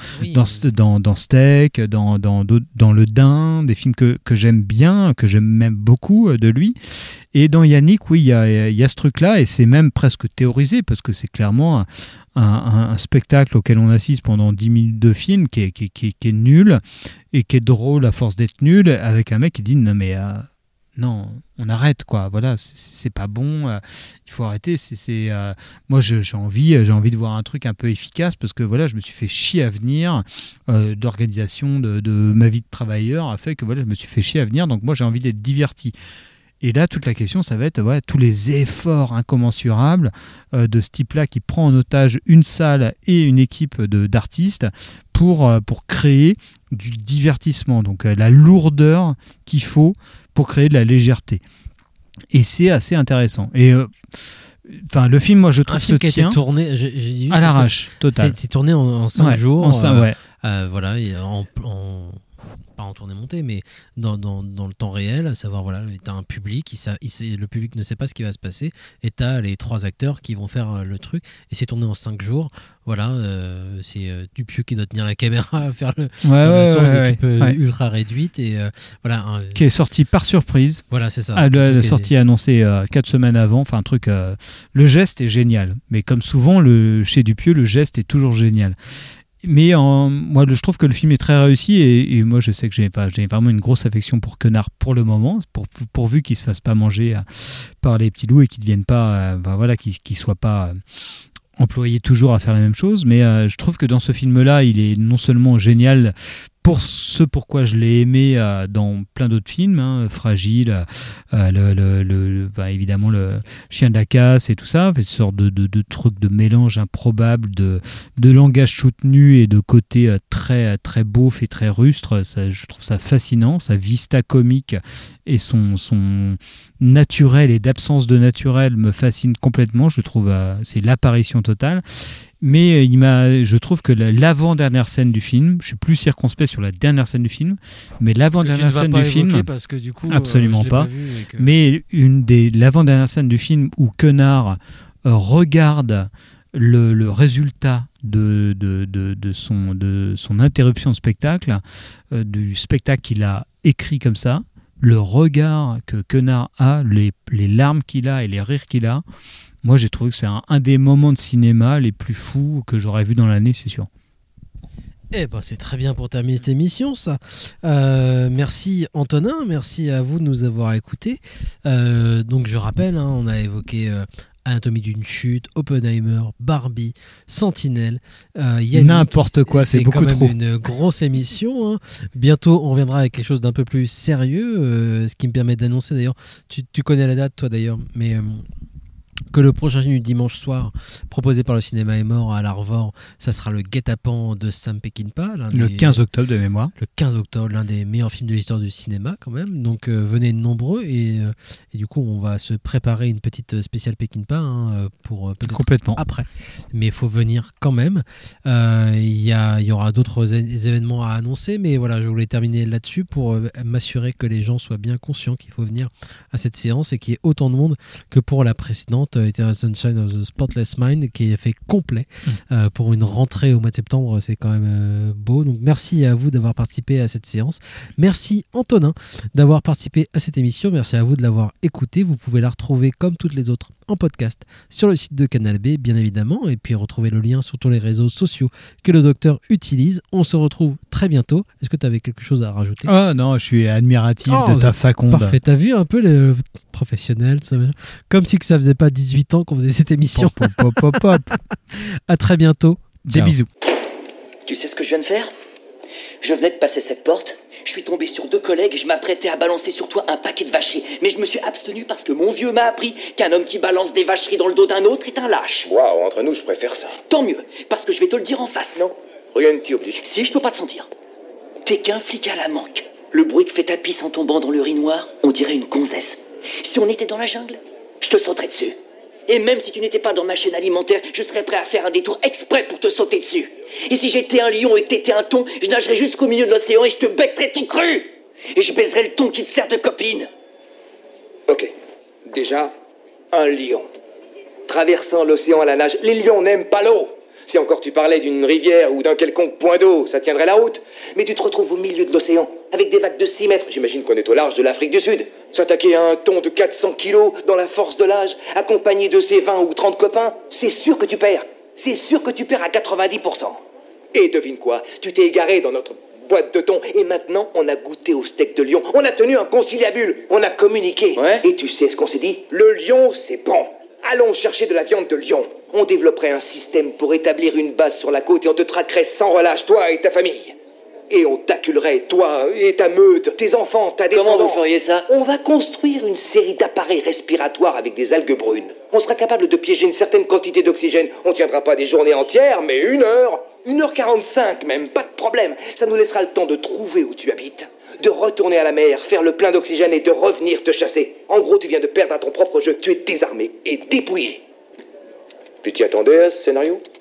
Steak, dans Le Dain, des films que j'aime bien, que j'aime même beaucoup de lui. Et dans Yannick, oui, il y a ce truc-là, et c'est même presque théorisé, parce que c'est clairement un spectacle auquel on assiste pendant 10 minutes de film qui est nul, et qui est drôle à force d'être nul, avec un mec qui dit non mais... non, on arrête, quoi. Voilà, c'est pas bon. Il faut arrêter. Moi, j'ai envie de voir un truc un peu efficace, parce que voilà, je me suis fait chier à venir. D'organisation de ma vie de travailleur a fait que voilà, je me suis fait chier à venir. Donc moi, j'ai envie d'être diverti. Et là, toute la question, ça va être tous les efforts incommensurables de ce type-là qui prend en otage une salle et une équipe d'artistes pour créer du divertissement. Donc la lourdeur qu'il faut pour créer de la légèreté. Et c'est assez intéressant. Et le film, moi, je trouve se tient... qui a été tourné à l'arrache, total. C'est tourné en 5 jours. Voilà, pas en tournée montée, mais dans le temps réel, à savoir, voilà, t'as un public, le public ne sait pas ce qui va se passer, et t'as les 3 acteurs qui vont faire le truc, et c'est tourné en 5 jours. Voilà, c'est Dupieux qui doit tenir la caméra, faire le son, une équipe ultra réduite, et voilà. Qui est sorti par surprise. Voilà, c'est ça. La sortie est annoncée 4 semaines avant, enfin un truc... le geste est génial, mais comme souvent, chez Dupieux, le geste est toujours génial. Mais moi, je trouve que le film est très réussi, et moi, je sais que j'ai vraiment une grosse affection pour Quenard pour le moment, pourvu qu'il ne se fasse pas manger par les petits loups et qu'il ne devienne pas, qu'ils ne soient pas employé toujours à faire la même chose, mais je trouve que dans ce film-là, il est non seulement génial pour ce pourquoi je l'ai aimé dans plein d'autres films, hein, Fragile, évidemment le Chien de la casse et tout ça, une sorte de truc de mélange improbable de langage soutenu et de côté très, très beauf et très rustre. Ça, je trouve ça fascinant, sa vista comique et son naturel et d'absence de naturel me fascine complètement. Je trouve c'est l'apparition totale. Mais je trouve que l'avant-dernière scène du film, je suis plus circonspect sur la dernière scène du film, mais l'avant-dernière scène du film, parce que du coup, absolument je l'ai pas. vu Mais l'avant-dernière scène du film où Quenard regarde le résultat de son interruption de spectacle, du spectacle qu'il a écrit comme ça, le regard que Quenard a, les larmes qu'il a et les rires qu'il a. Moi, j'ai trouvé que c'est un des moments de cinéma les plus fous que j'aurais vu dans l'année, c'est sûr. Eh ben, c'est très bien pour terminer cette émission, ça. Merci Antonin, merci à vous de nous avoir écoutés. Donc, je rappelle, hein, on a évoqué Anatomie d'une chute, Oppenheimer, Barbie, Sentinelle, Yannick. N'importe quoi, c'est beaucoup trop. C'est quand même une grosse émission. Hein. Bientôt, on reviendra avec quelque chose d'un peu plus sérieux, ce qui me permet d'annoncer d'ailleurs. Tu connais la date, toi d'ailleurs, mais que le prochain film du dimanche soir proposé par le cinéma est mort à l'Arvor, ça sera le Guet-apens de Sam Peckinpah. Le 15 octobre de mémoire. Le 15 octobre, l'un des meilleurs films de l'histoire du cinéma quand même. Donc venez nombreux et du coup on va se préparer une petite spéciale Peckinpah pour peut-être complètement après. Mais il faut venir quand même. Il y aura d'autres événements à annoncer, mais voilà, je voulais terminer là-dessus pour m'assurer que les gens soient bien conscients qu'il faut venir à cette séance et qu'il y ait autant de monde que pour la précédente Eternal Sunshine of the Spotless Mind, qui est fait complet pour une rentrée au mois de septembre. C'est quand même beau. Donc merci à vous d'avoir participé à cette séance. Merci Antonin d'avoir participé à cette émission. Merci à vous de l'avoir écouté. Vous pouvez la retrouver comme toutes les autres en podcast sur le site de Canal B, bien évidemment, et puis retrouver le lien sur tous les réseaux sociaux que le docteur utilise. On se retrouve très bientôt. Est-ce que tu avais quelque chose à rajouter? Ah non, je suis admiratif de ta faconde. Parfait, t'as vu un peu les professionnels, comme si que ça faisait pas 18 ans qu'on faisait cette émission. Pop. À très bientôt. Des bisous. Tu sais ce que je viens de faire? Je venais de passer cette porte, je suis tombé sur 2 collègues et je m'apprêtais à balancer sur toi un paquet de vacheries. Mais je me suis abstenu parce que mon vieux m'a appris qu'un homme qui balance des vacheries dans le dos d'un autre est un lâche. Waouh, entre nous, je préfère ça. Tant mieux, parce que je vais te le dire en face. Non, rien ne t'y oblige. Si, je peux pas te sentir. T'es qu'un flic à la manque. Le bruit que fait ta pisse en tombant dans l'urinoir, on dirait une gonzesse. Si on était dans la jungle, je te sauterais dessus. Et même si tu n'étais pas dans ma chaîne alimentaire, je serais prêt à faire un détour exprès pour te sauter dessus. Et si j'étais un lion et que t'étais un thon, je nagerais jusqu'au milieu de l'océan et je te becquerais tout cru. Et je baiserais le thon qui te sert de copine. Ok, déjà, un lion. Traversant l'océan à la nage, les lions n'aiment pas l'eau. Si encore tu parlais d'une rivière ou d'un quelconque point d'eau, ça tiendrait la route. Mais tu te retrouves au milieu de l'océan, avec des vagues de 6 mètres. J'imagine qu'on est au large de l'Afrique du Sud. S'attaquer à un thon de 400 kilos, dans la force de l'âge, accompagné de ses 20 ou 30 copains, c'est sûr que tu perds. C'est sûr que tu perds à 90%. Et devine quoi, tu t'es égaré dans notre boîte de thon. Et maintenant, on a goûté au steak de lion. On a tenu un conciliabule. On a communiqué. Ouais. Et tu sais ce qu'on s'est dit? Le lion, c'est bon. Allons chercher de la viande de lion. On développerait un système pour établir une base sur la côte et on te traquerait sans relâche, toi et ta famille. Et on t'acculerait, toi et ta meute, tes enfants, ta descendance. Comment vous feriez ça? On va construire une série d'appareils respiratoires avec des algues brunes. On sera capable de piéger une certaine quantité d'oxygène. On tiendra pas des journées entières, mais 1 heure. 1h45 même, pas de problème. Ça nous laissera le temps de trouver où tu habites, de retourner à la mer, faire le plein d'oxygène et de revenir te chasser. En gros, tu viens de perdre à ton propre jeu. Tu es désarmé et dépouillé. Tu t'y attendais à ce scénario?